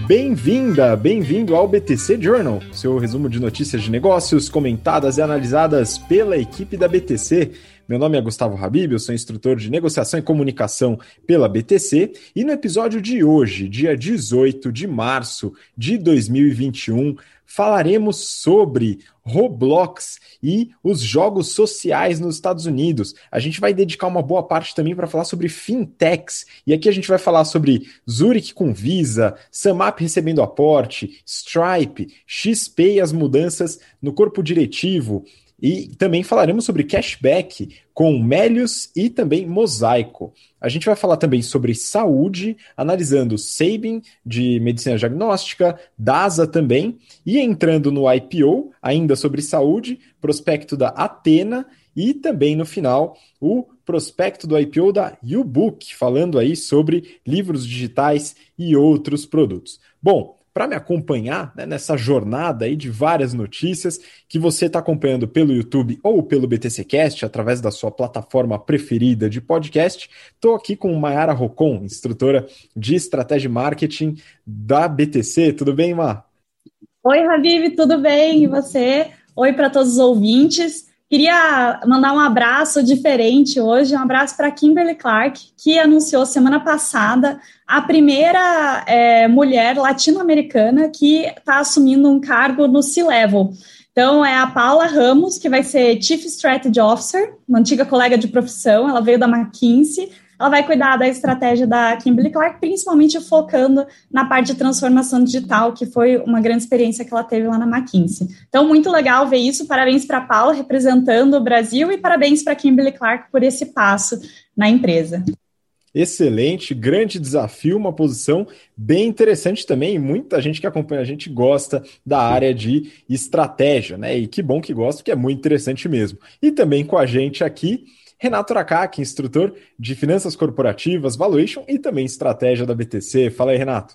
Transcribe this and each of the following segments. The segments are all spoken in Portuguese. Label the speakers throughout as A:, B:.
A: Bem-vinda, bem-vindo ao BTC Journal, seu resumo de notícias de negócios comentadas e analisadas pela equipe da BTC. Meu nome é Gustavo Habib, eu sou instrutor de negociação e comunicação pela BTC e no episódio de hoje, dia 18 de março de 2021, falaremos sobre Roblox e os jogos sociais nos Estados Unidos. A gente vai dedicar uma boa parte também para falar sobre fintechs. E aqui a gente vai falar sobre Zurich com Visa, SumUp recebendo aporte, Stripe, XP e as mudanças no corpo diretivo. E também falaremos sobre cashback com Melius e também Mosaico. A gente vai falar também sobre saúde, analisando Sabin de medicina diagnóstica, DASA também, e entrando no IPO, ainda sobre saúde, prospecto da Athena e também no final o prospecto do IPO da YouBook, falando aí sobre livros digitais e outros produtos. Bom, para me acompanhar, né, nessa jornada aí de várias notícias que você está acompanhando pelo YouTube ou pelo BTCcast, através da sua plataforma preferida de podcast, estou aqui com Mayara Rocon, instrutora de estratégia e marketing da BTC. Tudo bem, Ma?
B: Oi, Habib, tudo bem? E você? Oi para todos os ouvintes. Queria mandar um abraço diferente hoje, um abraço para Kimberly Clark, que anunciou semana passada a primeira mulher latino-americana que está assumindo um cargo no C-Level. Então, é a Paula Ramos, que vai ser Chief Strategy Officer, uma antiga colega de profissão, ela veio da McKinsey. Ela vai cuidar da estratégia da Kimberly Clark, principalmente focando na parte de transformação digital, que foi uma grande experiência que ela teve lá na McKinsey. Então, muito legal ver isso. Parabéns para a Paula, representando o Brasil, e parabéns para a Kimberly Clark por esse passo na empresa.
A: Excelente, grande desafio, uma posição bem interessante também. Muita gente que acompanha a gente gosta da área de estratégia, né? E que bom que gosta, que é muito interessante mesmo. E também com a gente aqui, Renato Aracaki, instrutor de finanças corporativas, valuation e também estratégia da BTC. Fala aí, Renato.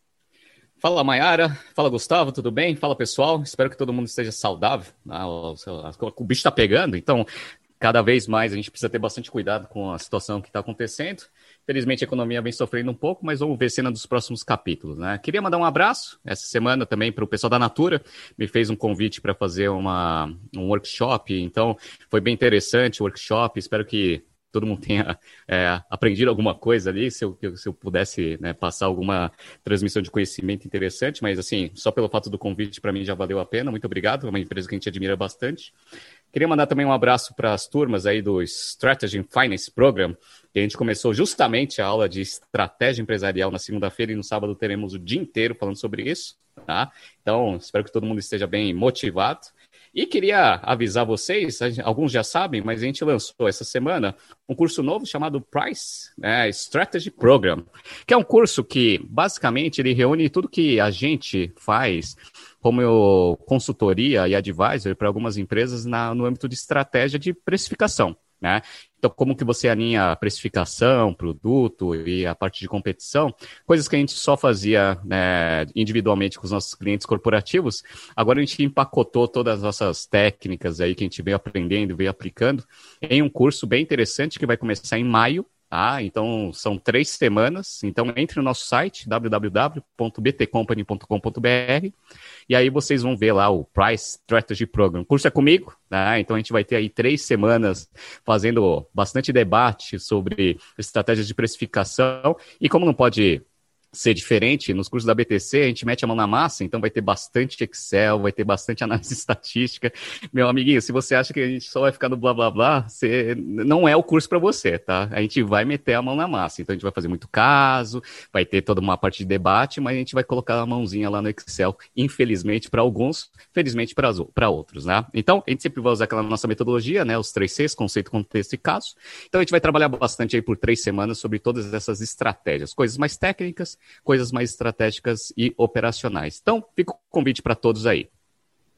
C: Fala, Mayara. Fala, Gustavo. Tudo bem? Fala, pessoal. Espero que todo mundo esteja saudável. O bicho está pegando, então cada vez mais a gente precisa ter bastante cuidado com a situação que está acontecendo. Felizmente a economia vem sofrendo um pouco, mas vamos ver cena dos próximos capítulos, né? Queria mandar um abraço essa semana também para o pessoal da Natura, me fez um convite para fazer um workshop, então foi bem interessante o workshop, espero que todo mundo tenha aprendido alguma coisa ali, se eu pudesse, né, passar alguma transmissão de conhecimento interessante, mas assim, só pelo fato do convite para mim já valeu a pena, muito obrigado, é uma empresa que a gente admira bastante. Queria mandar também um abraço para as turmas aí do Strategy and Finance Program, que a gente começou justamente a aula de estratégia empresarial na segunda-feira e no sábado teremos o dia inteiro falando sobre isso, tá? Então, espero que todo mundo esteja bem motivado. E queria avisar vocês, alguns já sabem, mas a gente lançou essa semana um curso novo chamado Price Strategy Program, que é um curso que, basicamente, ele reúne tudo que a gente faz como consultoria e advisor para algumas empresas no âmbito de estratégia de precificação, né? Então, como que você alinha a precificação, produto e a parte de competição, coisas que a gente só fazia, né, individualmente com os nossos clientes corporativos, agora a gente empacotou todas as nossas técnicas aí que a gente veio aprendendo, veio aplicando em um curso bem interessante que vai começar em maio. Então, são 3 semanas. Então, entre no nosso site, www.btcompany.com.br, e aí vocês vão ver lá o Price Strategy Program. O curso é comigo, tá? Então a gente vai ter aí 3 semanas fazendo bastante debate sobre estratégias de precificação. E como não pode ser diferente, nos cursos da BTC a gente mete a mão na massa, então vai ter bastante Excel, vai ter bastante análise estatística. Meu amiguinho, se você acha que a gente só vai ficar no blá blá blá, não é o curso para você, tá? A gente vai meter a mão na massa, então a gente vai fazer muito caso, vai ter toda uma parte de debate, mas a gente vai colocar a mãozinha lá no Excel, infelizmente para alguns, felizmente para outros, né? Então a gente sempre vai usar aquela nossa metodologia, né? Os 3 Cs, conceito, contexto e caso. Então a gente vai trabalhar bastante aí por 3 semanas sobre todas essas estratégias, coisas mais técnicas, coisas mais estratégicas e operacionais. Então, fica o convite para todos aí.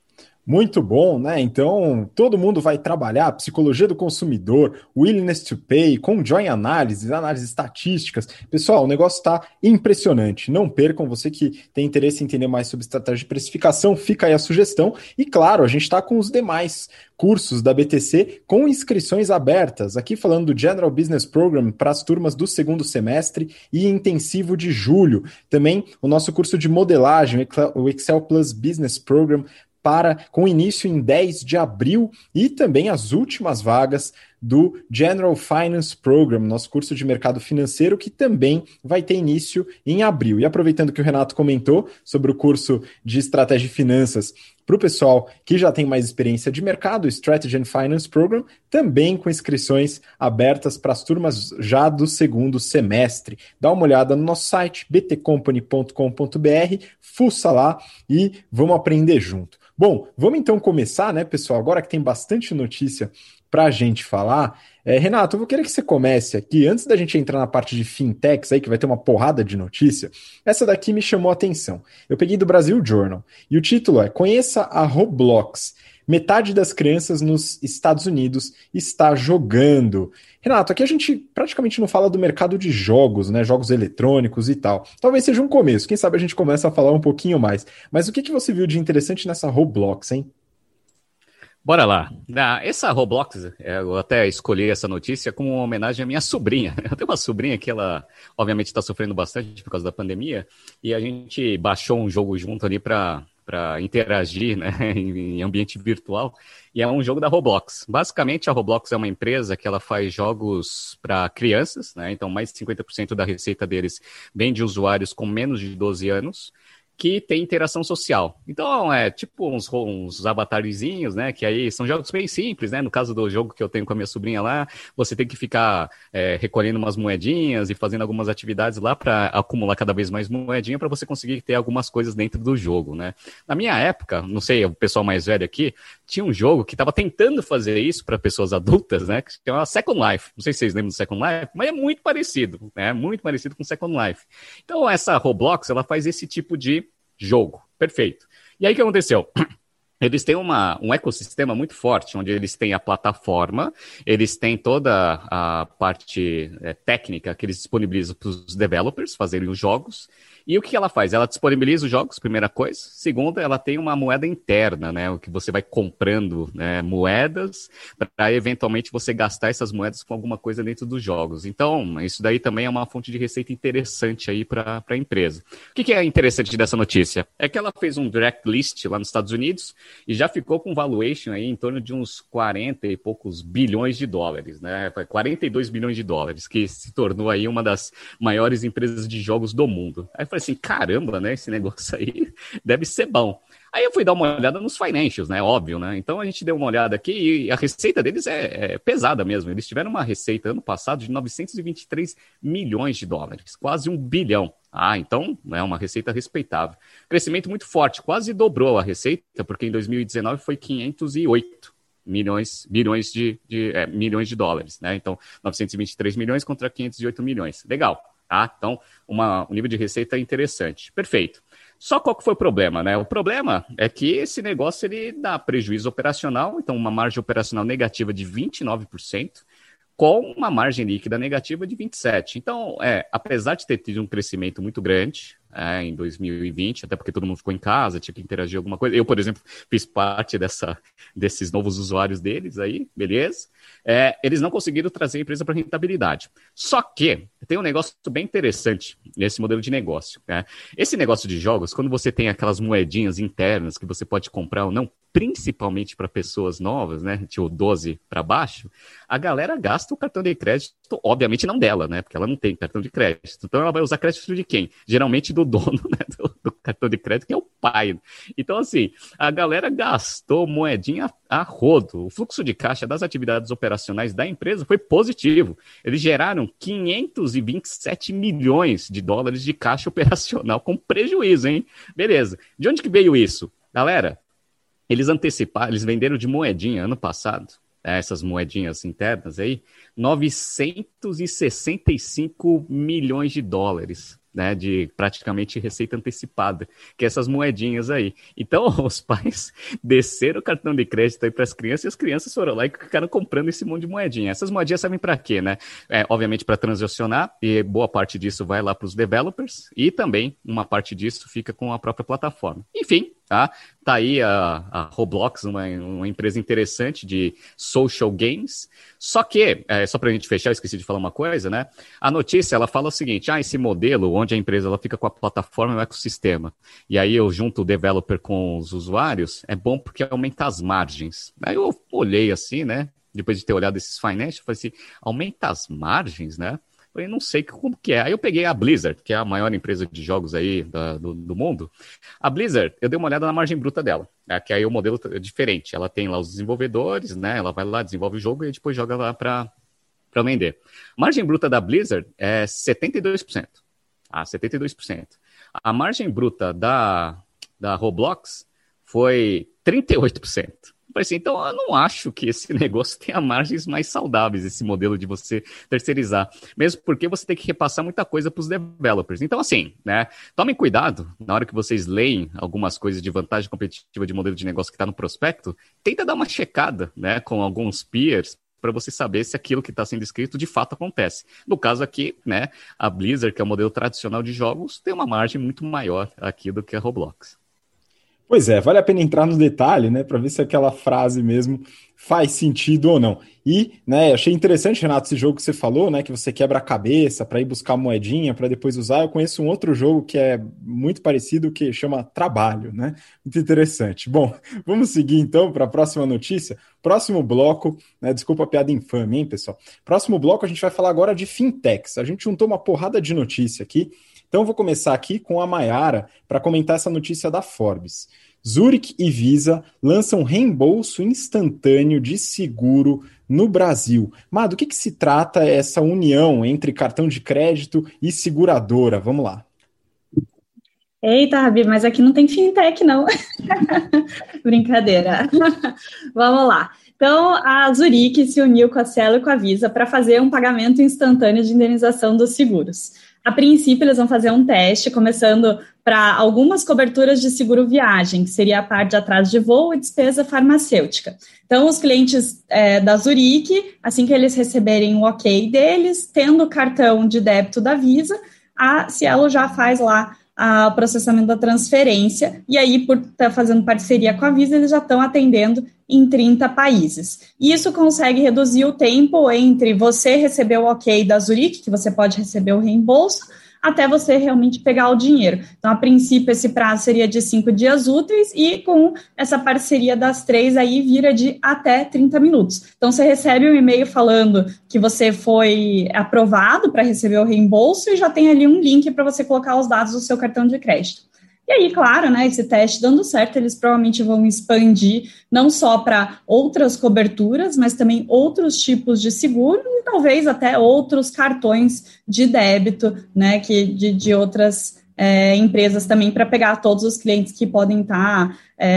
A: Muito bom, né? Então, todo mundo vai trabalhar psicologia do consumidor, willingness to pay, com join análises estatísticas. Pessoal, o negócio está impressionante. Não percam, você que tem interesse em entender mais sobre estratégia de precificação, fica aí a sugestão. E claro, a gente está com os demais cursos da BTC com inscrições abertas. Aqui falando do General Business Program para as turmas do segundo semestre e intensivo de julho. Também o nosso curso de modelagem, o Excel Plus Business Program, com início em 10 de abril, e também as últimas vagas do General Finance Program, nosso curso de mercado financeiro, que também vai ter início em abril. E aproveitando que o Renato comentou sobre o curso de estratégia e finanças para o pessoal que já tem mais experiência de mercado, o Strategy and Finance Program, também com inscrições abertas para as turmas já do segundo semestre. Dá uma olhada no nosso site, btcompany.com.br, fuça lá e vamos aprender junto. Bom, vamos então começar, né, pessoal? Agora que tem bastante notícia para a gente falar. Renato, eu vou querer que você comece aqui, antes da gente entrar na parte de fintechs, aí, que vai ter uma porrada de notícia. Essa daqui me chamou a atenção. Eu peguei do Brasil Journal, e o título é Conheça a Roblox. Metade das crianças nos Estados Unidos está jogando. Renato, aqui a gente praticamente não fala do mercado de jogos, né? Jogos eletrônicos e tal. Talvez seja um começo, quem sabe a gente começa a falar um pouquinho mais. Mas o que você viu de interessante nessa Roblox, hein?
C: Bora lá. Essa Roblox, eu até escolhi essa notícia como uma homenagem à minha sobrinha. Eu tenho uma sobrinha que ela, obviamente, está sofrendo bastante por causa da pandemia, e a gente baixou um jogo junto ali para interagir, né, em ambiente virtual, e é um jogo da Roblox. Basicamente, a Roblox é uma empresa que ela faz jogos para crianças, né, então mais de 50% da receita deles vem de usuários com menos de 12 anos, que tem interação social. Então, é tipo uns avatarzinhos, né? Que aí são jogos bem simples, né? No caso do jogo que eu tenho com a minha sobrinha lá, você tem que ficar recolhendo umas moedinhas e fazendo algumas atividades lá para acumular cada vez mais moedinha para você conseguir ter algumas coisas dentro do jogo, né? Na minha época, não sei, o pessoal mais velho aqui, tinha um jogo que estava tentando fazer isso para pessoas adultas, né? Que se chama Second Life. Não sei se vocês lembram do Second Life, mas é muito parecido, né? Muito parecido com Second Life. Então, essa Roblox, ela faz esse tipo de jogo. Perfeito. E aí o que aconteceu? Eles têm um ecossistema muito forte, onde eles têm a plataforma, eles têm toda a parte técnica que eles disponibilizam para os developers fazerem os jogos. E o que ela faz? Ela disponibiliza os jogos, primeira coisa. Segunda, ela tem uma moeda interna, né? O que você vai comprando, né, moedas para eventualmente você gastar essas moedas com alguma coisa dentro dos jogos. Então, isso daí também é uma fonte de receita interessante aí para a empresa. O que é interessante dessa notícia? É que ela fez um direct list lá nos Estados Unidos e já ficou com valuation aí em torno de uns 40 e poucos bilhões de dólares, né? 42 bilhões de dólares, que se tornou aí uma das maiores empresas de jogos do mundo. Aí eu falei assim, caramba, né? Esse negócio aí deve ser bom. Aí eu fui dar uma olhada nos financials, né? Óbvio, né? Então a gente deu uma olhada aqui e a receita deles é pesada mesmo. Eles tiveram uma receita ano passado de 923 milhões de dólares, quase 1 bilhão. Então é uma receita respeitável. Crescimento muito forte, quase dobrou a receita, porque em 2019 foi 508 milhões de dólares, né? Então 923 milhões contra 508 milhões. Legal, tá? Então um nível de receita interessante. Perfeito. Só qual que foi o problema, né? O problema é que esse negócio ele dá prejuízo operacional, então uma margem operacional negativa de 29%, com uma margem líquida negativa de 27%. Então, apesar de ter tido um crescimento muito grande em 2020, até porque todo mundo ficou em casa, tinha que interagir alguma coisa. Eu, por exemplo, fiz parte desses novos usuários deles aí, beleza? Eles não conseguiram trazer a empresa para rentabilidade. Só que tem um negócio bem interessante nesse modelo de negócio, né? Esse negócio de jogos, quando você tem aquelas moedinhas internas que você pode comprar ou não, principalmente para pessoas novas, né, tipo 12 para baixo, a galera gasta o cartão de crédito, obviamente não dela, né, porque ela não tem cartão de crédito. Então ela vai usar crédito de quem? Geralmente do dono, né, do cartão de crédito, que é o pai. Então, assim, a galera gastou moedinha a rodo. O fluxo de caixa das atividades operacionais da empresa foi positivo. Eles geraram 527 milhões de dólares de caixa operacional com prejuízo, hein? Beleza. De onde que veio isso? Galera, eles venderam de moedinha ano passado, essas moedinhas internas aí, 965 milhões de dólares. né, de praticamente receita antecipada, que é essas moedinhas aí. Então, os pais desceram o cartão de crédito aí para as crianças, e as crianças foram lá e ficaram comprando esse monte de moedinha. Essas moedinhas servem para quê, né? Obviamente para transacionar, e boa parte disso vai lá para os developers, e também uma parte disso fica com a própria plataforma. Enfim, tá aí a Roblox, uma empresa interessante de social games. Só que, só para a gente fechar, eu esqueci de falar uma coisa, né? A notícia, ela fala o seguinte, esse modelo onde a empresa ela fica com a plataforma e o ecossistema, e aí eu junto o developer com os usuários, é bom porque aumenta as margens. Aí eu olhei assim, né? Depois de ter olhado esses financials, eu falei assim, aumenta as margens, né? Eu não sei como que é. Aí eu peguei a Blizzard, que é a maior empresa de jogos aí do mundo. A Blizzard, eu dei uma olhada na margem bruta dela, que aí o modelo é diferente. Ela tem lá os desenvolvedores, né? Ela vai lá, desenvolve o jogo e depois joga lá para vender. A margem bruta da Blizzard é 72%. 72%. A margem bruta da Roblox foi 38%. Assim, então, eu não acho que esse negócio tenha margens mais saudáveis, esse modelo de você terceirizar. Mesmo porque você tem que repassar muita coisa para os developers. Então, assim, né? Tomem cuidado na hora que vocês leem algumas coisas de vantagem competitiva de modelo de negócio que está no prospecto. Tenta dar uma checada, né? Com alguns peers, para você saber se aquilo que está sendo escrito de fato acontece. No caso aqui, né? A Blizzard, que é o modelo tradicional de jogos, tem uma margem muito maior aqui do que a Roblox.
A: Pois é, vale a pena entrar no detalhe, né, para ver se aquela frase mesmo faz sentido ou não. E, né, achei interessante, Renato, esse jogo que você falou, né, que você quebra a cabeça para ir buscar moedinha para depois usar. Eu conheço um outro jogo que é muito parecido, que chama Trabalho, né? Muito interessante. Bom, vamos seguir então para a próxima notícia. Próximo bloco, né, desculpa a piada infame, hein, pessoal? Próximo bloco a gente vai falar agora de fintechs. A gente juntou uma porrada de notícia aqui. Então, eu vou começar aqui com a Maiara para comentar essa notícia da Forbes. Zurich e Visa lançam reembolso instantâneo de seguro no Brasil. Mas do que se trata essa união entre cartão de crédito e seguradora? Vamos lá.
B: Eita, Rabi, mas aqui não tem fintech, não. Brincadeira. Vamos lá. Então, a Zurich se uniu com a Cielo e com a Visa para fazer um pagamento instantâneo de indenização dos seguros. A princípio, eles vão fazer um teste, começando para algumas coberturas de seguro viagem, que seria a parte de atraso de voo e despesa farmacêutica. Então, os clientes da Zurich, assim que eles receberem o ok deles, tendo o cartão de débito da Visa, a Cielo já faz lá o processamento da transferência, e aí, por estar fazendo parceria com a Visa, eles já estão atendendo em 30 países. E isso consegue reduzir o tempo entre você receber o ok da Zurich, que você pode receber o reembolso, até você realmente pegar o dinheiro. Então, a princípio, esse prazo seria de 5 dias úteis, e com essa parceria das 3 aí, vira de até 30 minutos. Então, você recebe um e-mail falando que você foi aprovado para receber o reembolso, e já tem ali um link para você colocar os dados do seu cartão de crédito. E aí, claro, né, esse teste dando certo, eles provavelmente vão expandir não só para outras coberturas, mas também outros tipos de seguro e talvez até outros cartões de débito, né, de outras empresas também, para pegar todos os clientes que podem estar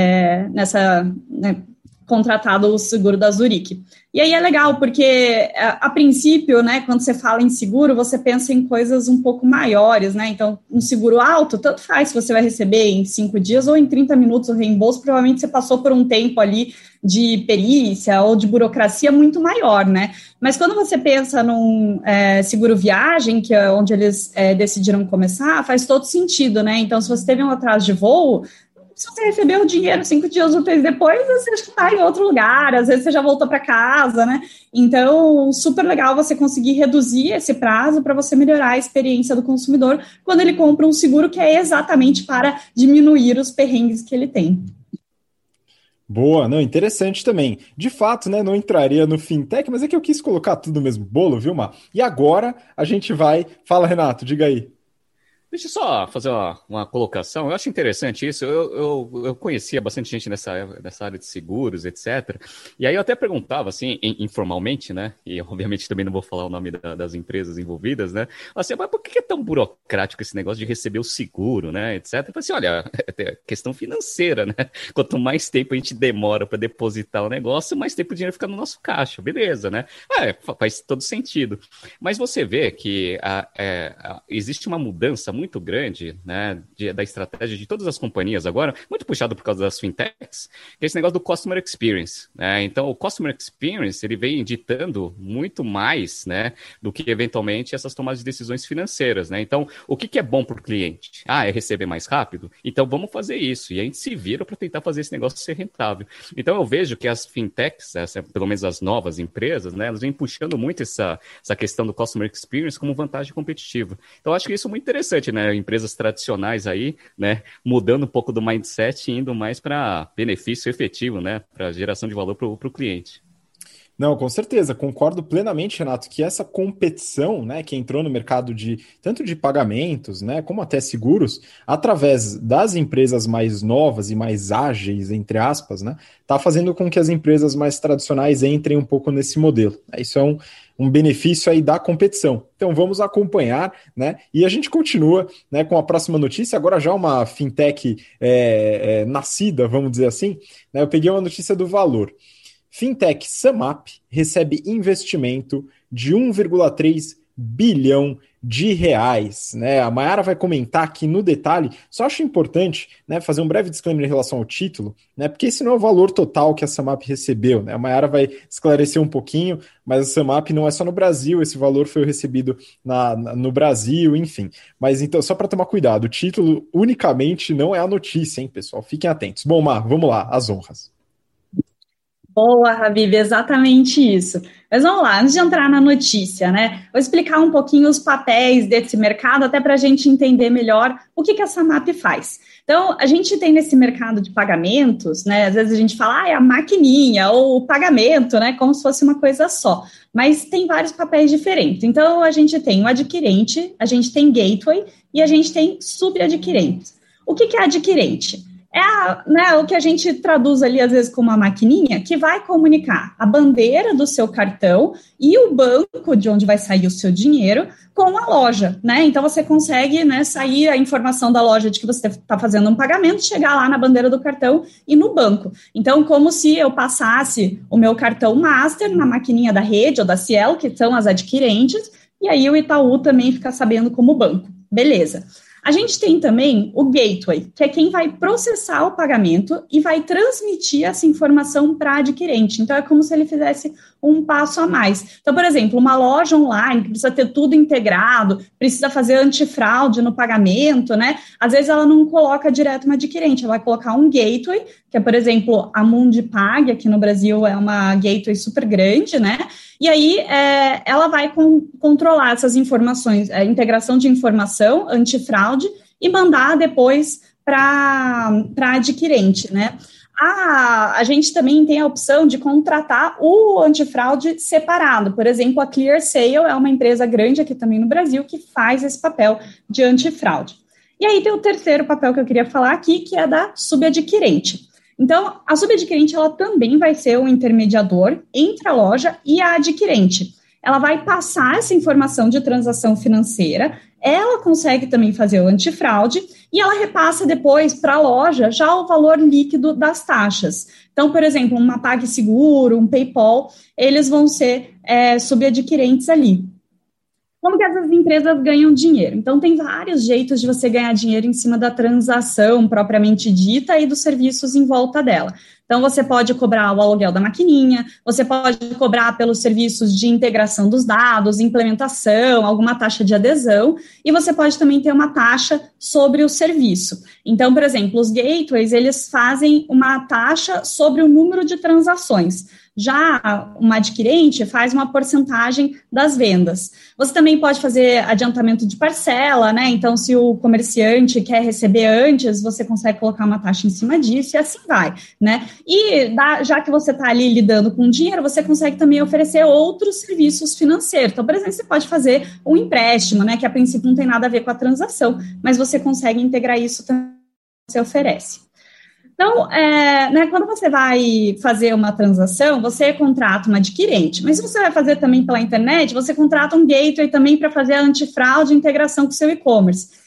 B: contratado o seguro da Zurich. E aí é legal, porque a princípio, né, quando você fala em seguro, você pensa em coisas um pouco maiores, né? Então, um seguro alto, tanto faz se você vai receber em 5 dias ou em 30 minutos o reembolso, provavelmente você passou por um tempo ali de perícia ou de burocracia muito maior, né? Mas quando você pensa num seguro viagem, que é onde eles decidiram começar, faz todo sentido, né? Então, se você teve um atraso de voo, se você recebeu o dinheiro 5 dias úteis depois, você acha que está em outro lugar, às vezes você já voltou para casa, né? Então, super legal você conseguir reduzir esse prazo para você melhorar a experiência do consumidor quando ele compra um seguro que é exatamente para diminuir os perrengues que ele tem.
A: Boa, não, interessante também. De fato, né, não entraria no fintech, mas é que eu quis colocar tudo no mesmo bolo, viu, Mar? E agora a gente vai... Fala, Renato, diga aí.
C: Deixa eu só fazer uma colocação. Eu acho interessante isso. Eu conhecia bastante gente nessa área de seguros, etc. E aí eu até perguntava, assim, informalmente, né? E obviamente também não vou falar o nome das empresas envolvidas, né? Assim, mas por que é tão burocrático esse negócio de receber o seguro, né? Etc. Eu falei assim, olha, é questão financeira, né? Quanto mais tempo a gente demora para depositar o negócio, mais tempo o dinheiro fica no nosso caixa. Beleza, né? Faz todo sentido. Mas você vê que existe uma mudança muito muito grande, né, da estratégia de todas as companhias agora, muito puxado por causa das fintechs, que é esse negócio do Customer Experience, né? Então, o Customer Experience, ele vem ditando muito mais, né, do que, eventualmente, essas tomadas de decisões financeiras, né? Então, o que é bom para o cliente? É receber mais rápido? Então, vamos fazer isso. E a gente se vira para tentar fazer esse negócio ser rentável. Então, eu vejo que as fintechs, pelo menos as novas empresas, né, elas vêm puxando muito essa questão do Customer Experience como vantagem competitiva. Então, eu acho que isso é muito interessante, né? Empresas tradicionais aí, né, mudando um pouco do mindset e indo mais para benefício efetivo, né, para geração de valor para o cliente.
A: Não, com certeza, concordo plenamente, Renato, que essa competição, né, que entrou no mercado tanto de pagamentos, né, como até seguros, através das empresas mais novas e mais ágeis, entre aspas, né, está fazendo com que as empresas mais tradicionais entrem um pouco nesse modelo. Isso é um benefício aí da competição. Então vamos acompanhar, né? E a gente continua, né, com a próxima notícia, agora já uma fintech nascida, vamos dizer assim, né? Eu peguei uma notícia do Valor. Fintech SumUp recebe investimento de 1,3 bilhão de reais, né? A Mayara vai comentar aqui no detalhe. Só acho importante, né, fazer um breve disclaimer em relação ao título, né? Porque esse não é o valor total que a SumUp recebeu, né? A Mayara vai esclarecer um pouquinho, mas a SumUp não é só no Brasil, esse valor foi recebido no Brasil, enfim. Mas então, só para tomar cuidado, o título unicamente não é a notícia, hein, pessoal? Fiquem atentos. Bom, Mar, vamos lá, as honras.
B: Boa, Habib, exatamente isso. Mas vamos lá, antes de entrar na notícia, né? Vou explicar um pouquinho os papéis desse mercado, até para a gente entender melhor o que a SumUp faz. Então, a gente tem nesse mercado de pagamentos, né? Às vezes a gente fala, é a maquininha ou o pagamento, né? Como se fosse uma coisa só. Mas tem vários papéis diferentes. Então, a gente tem o adquirente, a gente tem gateway e a gente tem subadquirentes. O que é adquirente? É o que a gente traduz ali, às vezes, como uma maquininha, que vai comunicar a bandeira do seu cartão e o banco de onde vai sair o seu dinheiro com a loja, né? Então, você consegue, né, sair a informação da loja de que você está fazendo um pagamento, chegar lá na bandeira do cartão e no banco. Então, como se eu passasse o meu cartão master na maquininha da Rede ou da Cielo, que são as adquirentes, e aí o Itaú também fica sabendo como banco. Beleza. A gente tem também o gateway, que é quem vai processar o pagamento e vai transmitir essa informação para a adquirente. Então, é como se ele fizesse um passo a mais. Então, por exemplo, uma loja online que precisa ter tudo integrado, precisa fazer antifraude no pagamento, né? Às vezes ela não coloca direto uma adquirente, ela vai colocar um gateway, que é, por exemplo, a Mundipag, aqui no Brasil é uma gateway super grande, né? E aí ela vai controlar essas informações, a integração de informação, antifraude, e mandar depois para adquirente, né? A gente também tem a opção de contratar o antifraude separado. Por exemplo, a ClearSale é uma empresa grande aqui também no Brasil que faz esse papel de antifraude. E aí tem o terceiro papel que eu queria falar aqui, que é da subadquirente. Então, a subadquirente, ela também vai ser o intermediador entre a loja e a adquirente. Ela vai passar essa informação de transação financeira, ela consegue também fazer o antifraude e ela repassa depois para a loja já o valor líquido das taxas. Então, por exemplo, uma PagSeguro, um PayPal, eles vão ser subadquirentes ali. Como que essas empresas ganham dinheiro? Então, tem vários jeitos de você ganhar dinheiro em cima da transação propriamente dita e dos serviços em volta dela. Então, você pode cobrar o aluguel da maquininha, você pode cobrar pelos serviços de integração dos dados, implementação, alguma taxa de adesão, e você pode também ter uma taxa sobre o serviço. Então, por exemplo, os gateways, eles fazem uma taxa sobre o número de transações. Já uma adquirente faz uma porcentagem das vendas. Você também pode fazer adiantamento de parcela, né? Então, se o comerciante quer receber antes, você consegue colocar uma taxa em cima disso e assim vai, né? E já que você está ali lidando com dinheiro, você consegue também oferecer outros serviços financeiros. Então, por exemplo, você pode fazer um empréstimo, né? Que a princípio não tem nada a ver com a transação, mas você consegue integrar isso também, você oferece. Então, quando você vai fazer uma transação, você contrata uma adquirente, mas se você vai fazer também pela internet, você contrata um gateway também para fazer a antifraude e integração com o seu e-commerce.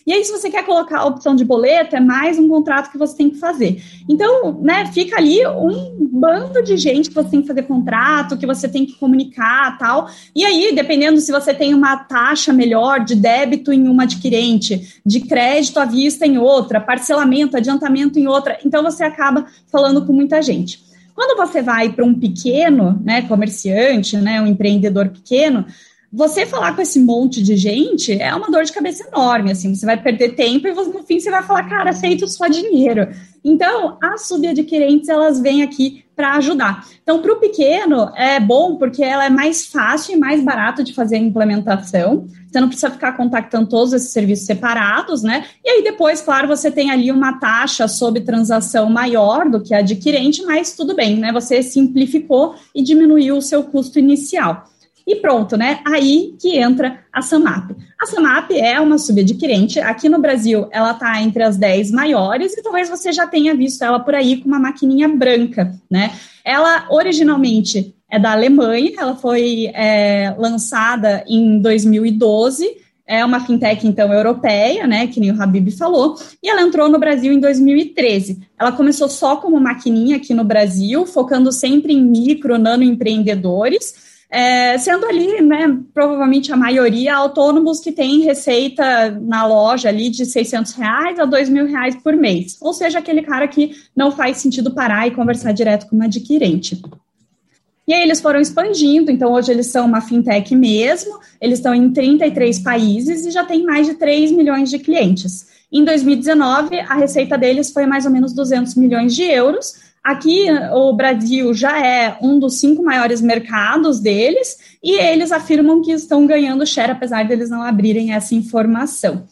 B: E aí, se você quer colocar a opção de boleto, é mais um contrato que você tem que fazer. Então, né, fica ali um bando de gente que você tem que fazer contrato, que você tem que comunicar, tal. E aí, dependendo se você tem uma taxa melhor de débito em uma adquirente, de crédito à vista em outra, parcelamento, adiantamento em outra, então você acaba falando com muita gente. Quando você vai para um pequeno, né, comerciante, né, um empreendedor pequeno, você falar com esse monte de gente é uma dor de cabeça enorme, assim, você vai perder tempo e no fim você vai falar, cara, aceito só dinheiro. Então, as subadquirentes, elas vêm aqui para ajudar. Então, para o pequeno, é bom porque ela é mais fácil e mais barato de fazer a implementação, você não precisa ficar contactando todos esses serviços separados, né? E aí depois, claro, você tem ali uma taxa sobre transação maior do que a adquirente, mas tudo bem, né? Você simplificou e diminuiu o seu custo inicial. E pronto, né? Aí que entra a Samap. A Samap é uma subadquirente. Aqui no Brasil, ela está entre as 10 maiores e talvez você já tenha visto ela por aí com uma maquininha branca, né? Ela originalmente é da Alemanha, ela foi lançada em 2012, é uma fintech, então, europeia, né, que nem o Habib falou, e ela entrou no Brasil em 2013. Ela começou só como maquininha aqui no Brasil, focando sempre em micro, nano empreendedores, sendo ali, né, provavelmente a maioria autônomos que têm receita na loja ali de R$600 a R$2.000 por mês, ou seja, aquele cara que não faz sentido parar e conversar direto com uma adquirente. E aí eles foram expandindo, então hoje eles são uma fintech mesmo, eles estão em 33 países e já tem mais de 3 milhões de clientes. Em 2019, a receita deles foi mais ou menos 200 milhões de euros. Aqui, o Brasil já é um dos 5 maiores mercados deles e eles afirmam que estão ganhando share, apesar de eles não abrirem essa informação.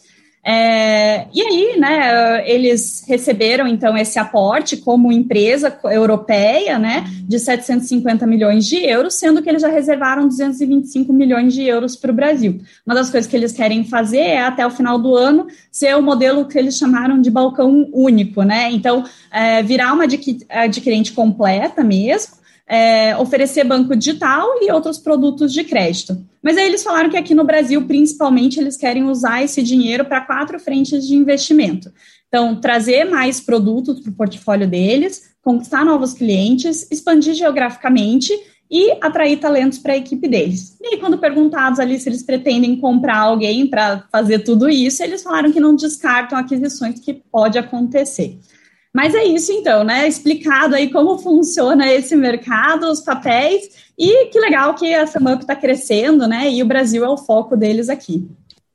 B: E aí, né, eles receberam, então, esse aporte como empresa europeia, né, de 750 milhões de euros, sendo que eles já reservaram 225 milhões de euros para o Brasil. Uma das coisas que eles querem fazer é, até o final do ano, ser o modelo que eles chamaram de balcão único, né, então, virar uma adquirente completa mesmo, oferecer banco digital e outros produtos de crédito. Mas aí eles falaram que aqui no Brasil, principalmente, eles querem usar esse dinheiro para 4 frentes de investimento. Então, trazer mais produtos para o portfólio deles, conquistar novos clientes, expandir geograficamente e atrair talentos para a equipe deles. E aí, quando perguntados ali se eles pretendem comprar alguém para fazer tudo isso, eles falaram que não descartam aquisições que pode acontecer. Mas é isso, então, né? Explicado aí como funciona esse mercado, os papéis, e que legal que a Samap está crescendo, né? E o Brasil é o foco deles aqui.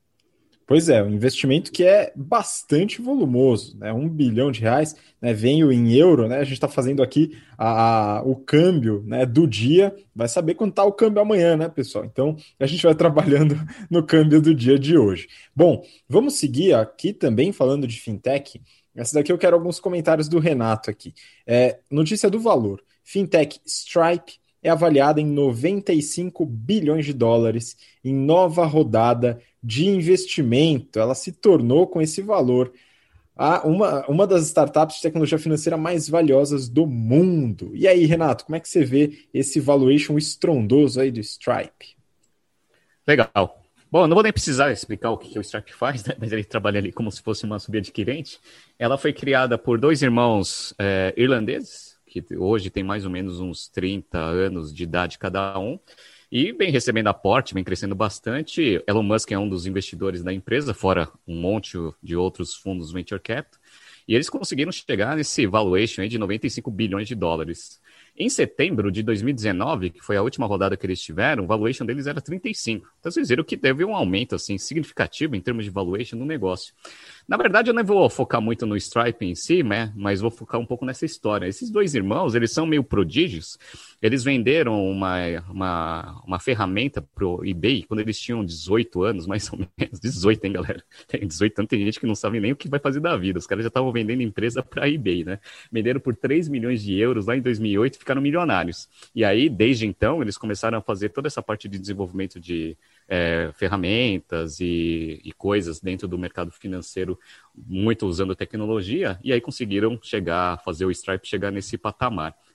A: Pois é, um investimento que é bastante volumoso, né? R$1 bilhão, né? Venho em euro, né? A gente está fazendo aqui o câmbio, né, do dia, vai saber quanto está o câmbio amanhã, né, pessoal? Então, a gente vai trabalhando no câmbio do dia de hoje. Bom, vamos seguir aqui também falando de fintech. Essa daqui eu quero alguns comentários do Renato aqui. Notícia do valor. Fintech Stripe é avaliada em 95 bilhões de dólares em nova rodada de investimento. Ela se tornou, com esse valor, uma das startups de tecnologia financeira mais valiosas do mundo. E aí, Renato, como é que você vê esse valuation estrondoso aí do Stripe?
C: Legal. Bom, não vou nem precisar explicar o que o Stripe faz, né? Mas ele trabalha ali como se fosse uma subadquirente. Ela foi criada por 2 irmãos irlandeses, que hoje tem mais ou menos uns 30 anos de idade cada um, e vem recebendo aporte, vem crescendo bastante. Elon Musk é um dos investidores da empresa, fora um monte de outros fundos venture capital, e eles conseguiram chegar nesse valuation aí de 95 bilhões de dólares. Em setembro de 2019, que foi a última rodada que eles tiveram, o valuation deles era 35. Então vocês viram que teve um aumento assim, significativo em termos de valuation no negócio. Na verdade, eu não vou focar muito no Stripe em si, né? Mas vou focar um pouco nessa história. Esses 2 irmãos, eles são meio prodígios. Eles venderam uma ferramenta para o eBay quando eles tinham 18 anos, mais ou menos. 18, hein, galera? Tem 18 anos, tem gente que não sabe nem o que vai fazer da vida. Os caras já estavam vendendo empresa para eBay, né? Venderam por 3 milhões de euros lá em 2008 e ficaram milionários. E aí, desde então, eles começaram a fazer toda essa parte de desenvolvimento de ferramentas e coisas dentro do mercado financeiro, muito usando tecnologia, e aí conseguiram fazer o Stripe chegar nesse patamar.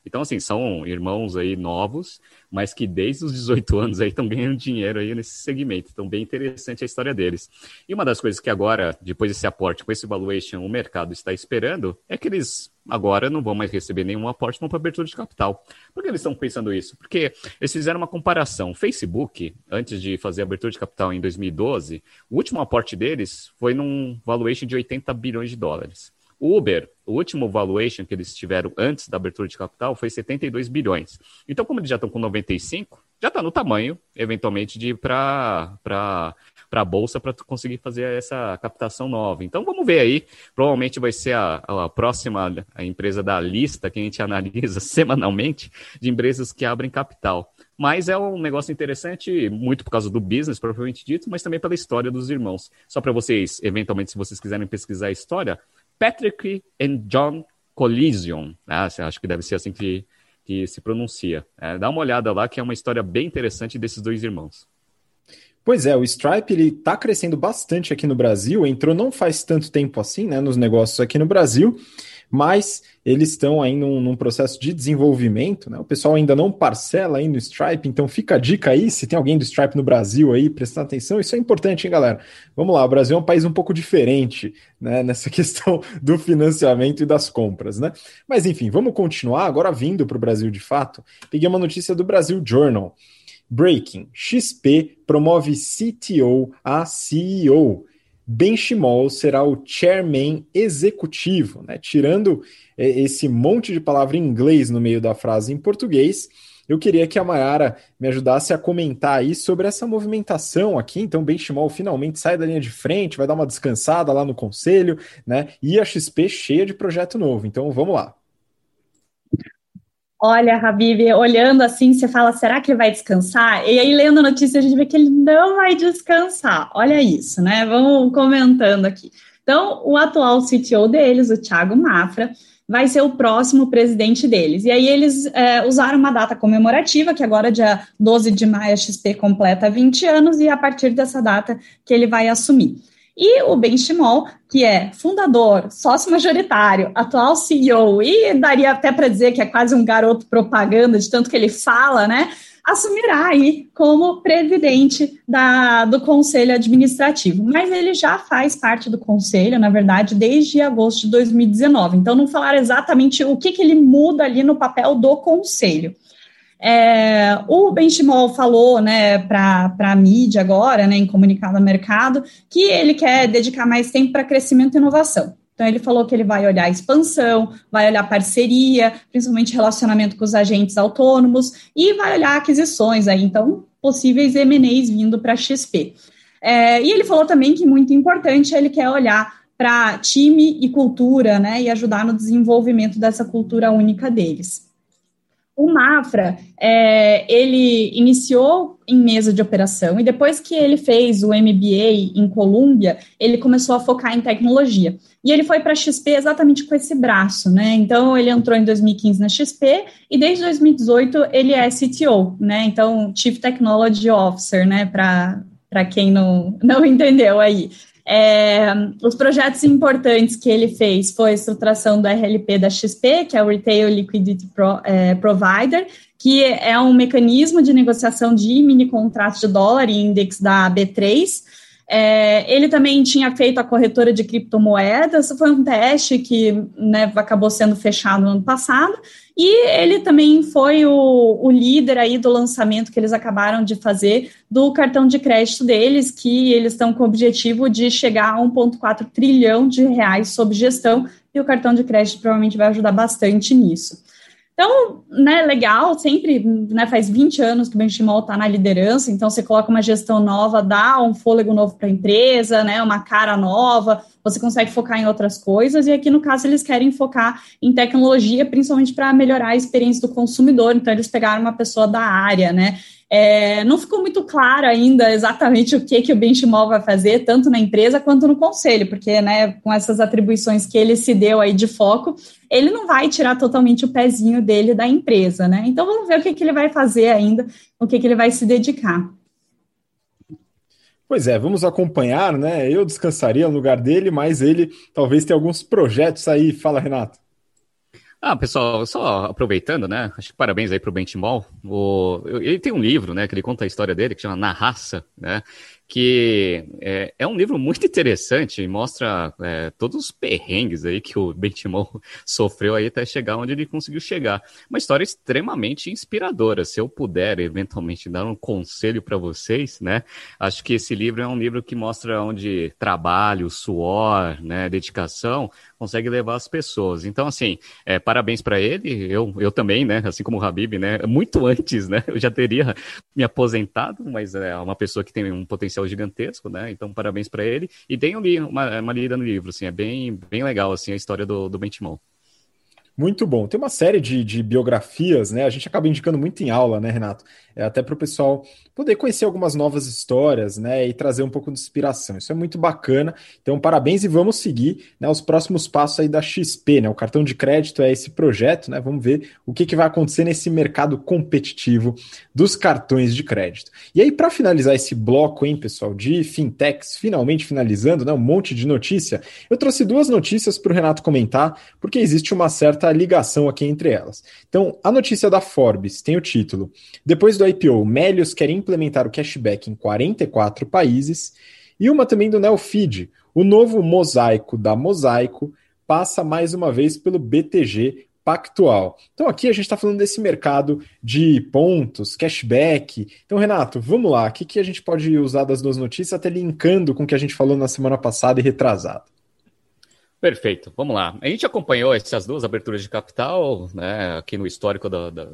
C: Então, assim, são irmãos aí novos, mas que desde os 18 anos aí estão ganhando dinheiro aí nesse segmento. Então, bem interessante a história deles. E uma das coisas que agora, depois desse aporte, com esse valuation, o mercado está esperando, é que eles agora não vão mais receber nenhum aporte, vão para abertura de capital. Por que eles estão pensando isso? Porque eles fizeram uma comparação. O Facebook, antes de fazer a abertura de capital em 2012, o último aporte deles foi num valuation de 80 bilhões de dólares. O Uber, o último valuation que eles tiveram antes da abertura de capital foi 72 bilhões. Então, como eles já estão com 95, já está no tamanho, eventualmente, de ir para a Bolsa para conseguir fazer essa captação nova. Então, vamos ver aí. Provavelmente vai ser a próxima a empresa da lista que a gente analisa semanalmente de empresas que abrem capital. Mas é um negócio interessante, muito por causa do business, propriamente dito, mas também pela história dos irmãos. Só para vocês, eventualmente, se vocês quiserem pesquisar a história, Patrick and John Collison, acho que deve ser assim que se pronuncia. Dá uma olhada lá, que é uma história bem interessante desses dois irmãos.
A: Pois é, o Stripe ele está crescendo bastante aqui no Brasil, entrou não faz tanto tempo assim, né, nos negócios aqui no Brasil, mas eles estão aí num processo de desenvolvimento, né? O pessoal ainda não parcela aí no Stripe, então fica a dica aí, se tem alguém do Stripe no Brasil aí, prestando atenção, isso é importante, hein, galera? Vamos lá, o Brasil é um país um pouco diferente, né, nessa questão do financiamento e das compras, né? Mas enfim, vamos continuar, agora vindo para o Brasil de fato, peguei uma notícia do Brasil Journal. Breaking, XP promove CTO a CEO. Benchimol será o chairman executivo, né? Tirando esse monte de palavra em inglês no meio da frase em português, eu queria que a Mayara me ajudasse a comentar aí sobre essa movimentação aqui. Então, Benchimol finalmente sai da linha de frente, vai dar uma descansada lá no conselho, né? E a XP cheia de projeto novo. Então, vamos lá.
B: Olha, Habib, olhando assim, você fala, será que ele vai descansar? E aí, lendo a notícia, a gente vê que ele não vai descansar. Olha isso, né? Vamos comentando aqui. Então, o atual CTO deles, o Thiago Mafra, vai ser o próximo presidente deles. E aí eles usaram uma data comemorativa, que agora, dia 12 de maio, a XP completa 20 anos, e é a partir dessa data que ele vai assumir. E o Benchimol, que é fundador, sócio majoritário, atual CEO, e daria até para dizer que é quase um garoto propaganda, de tanto que ele fala, né? Assumirá aí como presidente do Conselho Administrativo. Mas ele já faz parte do Conselho, na verdade, desde agosto de 2019. Então, não falaram exatamente o que ele muda ali no papel do Conselho. O Benchimol falou, né, para a mídia agora, né, em comunicado ao mercado, que ele quer dedicar mais tempo para crescimento e inovação. Então, ele falou que ele vai olhar expansão, vai olhar parceria, principalmente relacionamento com os agentes autônomos, e vai olhar aquisições, aí, então, possíveis M&As vindo para a XP. E ele falou também que, muito importante, ele quer olhar para time e cultura, né, e ajudar no desenvolvimento dessa cultura única deles. O Mafra, ele iniciou em mesa de operação e depois que ele fez o MBA em Colômbia, ele começou a focar em tecnologia. E ele foi para a XP exatamente com esse braço, né? Então, ele entrou em 2015 na XP e desde 2018 ele é CTO, né? Então, Chief Technology Officer, né? Para quem não entendeu aí. Os projetos importantes que ele fez foi a estruturação do RLP da XP, que é o Retail Liquidity Provider, que é um mecanismo de negociação de mini contratos de dólar e index da B3. Ele também tinha feito a corretora de criptomoedas, foi um teste que, né, acabou sendo fechado no ano passado, e ele também foi o líder aí do lançamento que eles acabaram de fazer do cartão de crédito deles, que eles estão com o objetivo de chegar a 1,4 trilhão de reais sob gestão, e o cartão de crédito provavelmente vai ajudar bastante nisso. Então, né, legal, sempre, né, faz 20 anos que o Benchimol está na liderança, então você coloca uma gestão nova, dá um fôlego novo para a empresa, né, uma cara nova, você consegue focar em outras coisas, e aqui no caso eles querem focar em tecnologia, principalmente para melhorar a experiência do consumidor, então eles pegaram uma pessoa da área, né. Não ficou muito claro ainda exatamente o que o Benchimol vai fazer, tanto na empresa quanto no conselho, porque, né, com essas atribuições que ele se deu aí de foco, ele não vai tirar totalmente o pezinho dele da empresa, né? Então, vamos ver o que ele vai fazer ainda, o que ele vai se dedicar.
A: Pois é, vamos acompanhar, né? Eu descansaria no lugar dele, mas ele talvez tenha alguns projetos aí. Fala, Renato.
C: Pessoal, só aproveitando, né? Acho que parabéns aí pro Benchimol. Ele tem um livro, né? Que ele conta a história dele, que chama Na Raça, né? Que é um livro muito interessante e mostra todos os perrengues aí que o Benchimol sofreu aí até chegar onde ele conseguiu chegar. Uma história extremamente inspiradora. Se eu puder, eventualmente, dar um conselho para vocês, né? Acho que esse livro é um livro que mostra onde trabalho, suor, né? Dedicação consegue levar as pessoas. Então, assim, parabéns para ele, eu também, né, assim como o Habib, né, muito antes, né, eu já teria me aposentado, mas é uma pessoa que tem um potencial gigantesco, né, então parabéns para ele, e tenho uma lida no livro, assim, é bem legal, assim, a história do Benchimol.
A: Muito bom. Tem uma série de biografias, né? A gente acaba indicando muito em aula, né, Renato? Até para o pessoal poder conhecer algumas novas histórias, né? E trazer um pouco de inspiração. Isso é muito bacana. Então, parabéns e vamos seguir, né, os próximos passos aí da XP, né? O cartão de crédito é esse projeto, né? Vamos ver o que vai acontecer nesse mercado competitivo dos cartões de crédito. E aí, para finalizar esse bloco, hein, pessoal, de fintechs, finalmente finalizando, né? Um monte de notícia. Eu trouxe duas notícias para o Renato comentar, porque existe uma certa ligação aqui entre elas. Então, a notícia da Forbes tem o título: depois do IPO, Melius quer implementar o cashback em 44 países. E uma também do Neofeed: o novo mosaico da Mosaico passa mais uma vez pelo BTG Pactual. Então aqui a gente está falando desse mercado de pontos, cashback. Então, Renato, vamos lá. O que a gente pode usar das duas notícias, até linkando com o que a gente falou na semana passada e retrasada?
C: Perfeito, vamos lá. A gente acompanhou essas duas aberturas de capital, né, aqui no histórico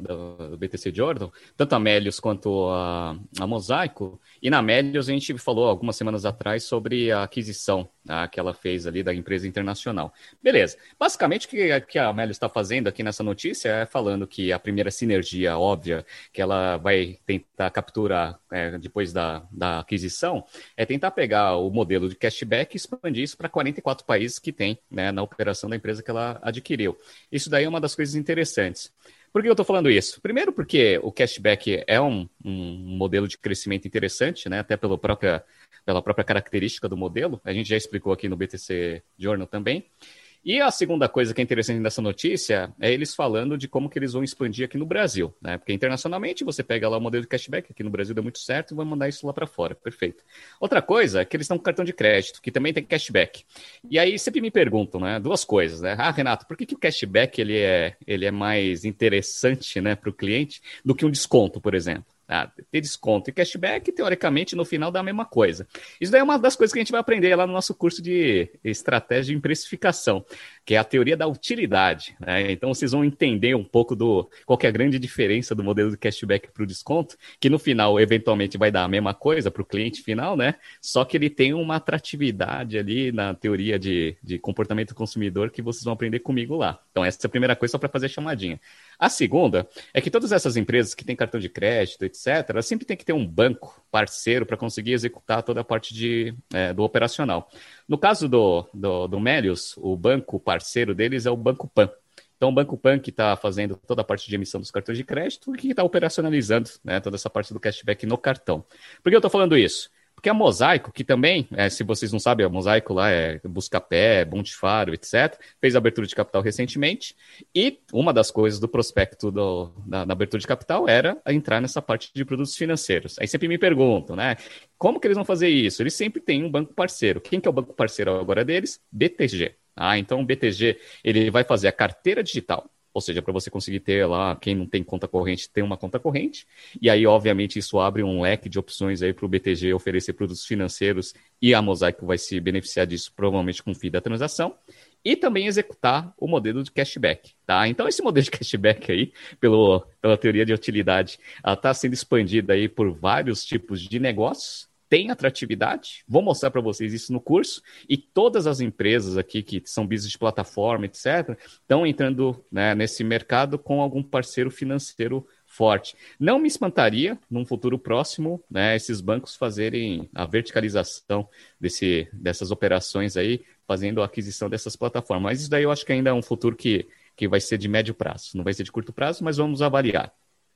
C: do BTC Jordan, tanto a Melius quanto a Mosaico. E na Melius a gente falou algumas semanas atrás sobre a aquisição, tá, que ela fez ali da empresa internacional. Beleza. Basicamente, o que a Melius está fazendo aqui nessa notícia é falando que a primeira sinergia óbvia que ela vai tentar capturar depois da aquisição é tentar pegar o modelo de cashback e expandir isso para 44 países que tem, né, na operação da empresa que ela adquiriu. Isso daí é uma das coisas interessantes. Por que eu estou falando isso? Primeiro porque o cashback é um modelo de crescimento interessante, né, até pela própria característica do modelo. A gente já explicou aqui no BTC Journal também. E a segunda coisa que é interessante nessa notícia é eles falando de como que eles vão expandir aqui no Brasil, né? Porque internacionalmente você pega lá o modelo de cashback, aqui no Brasil deu muito certo, e vai mandar isso lá para fora, perfeito. Outra coisa é que eles estão com cartão de crédito, que também tem cashback. E aí sempre me perguntam, né, duas coisas, né? Renato, por que o cashback ele é mais interessante, né, para o cliente do que um desconto, por exemplo? Ter desconto e cashback, teoricamente, no final dá a mesma coisa. Isso daí é uma das coisas que a gente vai aprender lá no nosso curso de estratégia em precificação, que é a teoria da utilidade, né? Então, vocês vão entender um pouco qual que é a grande diferença do modelo de cashback para o desconto, que no final, eventualmente, vai dar a mesma coisa para o cliente final, né? Só que ele tem uma atratividade ali na teoria de comportamento do consumidor que vocês vão aprender comigo lá. Então, essa é a primeira coisa, só para fazer a chamadinha. A segunda é que todas essas empresas que têm cartão de crédito, etc., elas sempre tem que ter um banco parceiro para conseguir executar toda a parte do operacional. No caso do Melius, o banco parceiro deles é o Banco Pan. Então, o Banco Pan que está fazendo toda a parte de emissão dos cartões de crédito e que está operacionalizando, né, toda essa parte do cashback no cartão. Por que eu estou falando isso? Porque a Mosaico, que também, se vocês não sabem, a Mosaico lá é Buscapé, Bontifaro, etc., fez a abertura de capital recentemente, e uma das coisas do prospecto da abertura de capital era entrar nessa parte de produtos financeiros. Aí sempre me perguntam, né, como que eles vão fazer isso? Eles sempre têm um banco parceiro. Quem que é o banco parceiro agora deles? BTG. Então o BTG ele vai fazer a carteira digital. Ou seja, para você conseguir ter lá, quem não tem conta corrente, tem uma conta corrente. E aí, obviamente, isso abre um leque de opções aí para o BTG oferecer produtos financeiros e a Mosaico vai se beneficiar disso, provavelmente com o fim da transação. E também executar o modelo de cashback, tá? Então, esse modelo de cashback aí, pela teoria de utilidade, está sendo expandida aí por vários tipos de negócios. Tem atratividade, vou mostrar para vocês isso no curso, e todas as empresas aqui que são business de plataforma, etc., estão entrando, né, nesse mercado com algum parceiro financeiro forte. Não me espantaria, num futuro próximo, né, esses bancos fazerem a verticalização dessas operações aí, fazendo a aquisição dessas plataformas. Mas isso daí eu acho que ainda é um futuro que vai ser de médio prazo, não vai ser de curto prazo, mas vamos avaliar.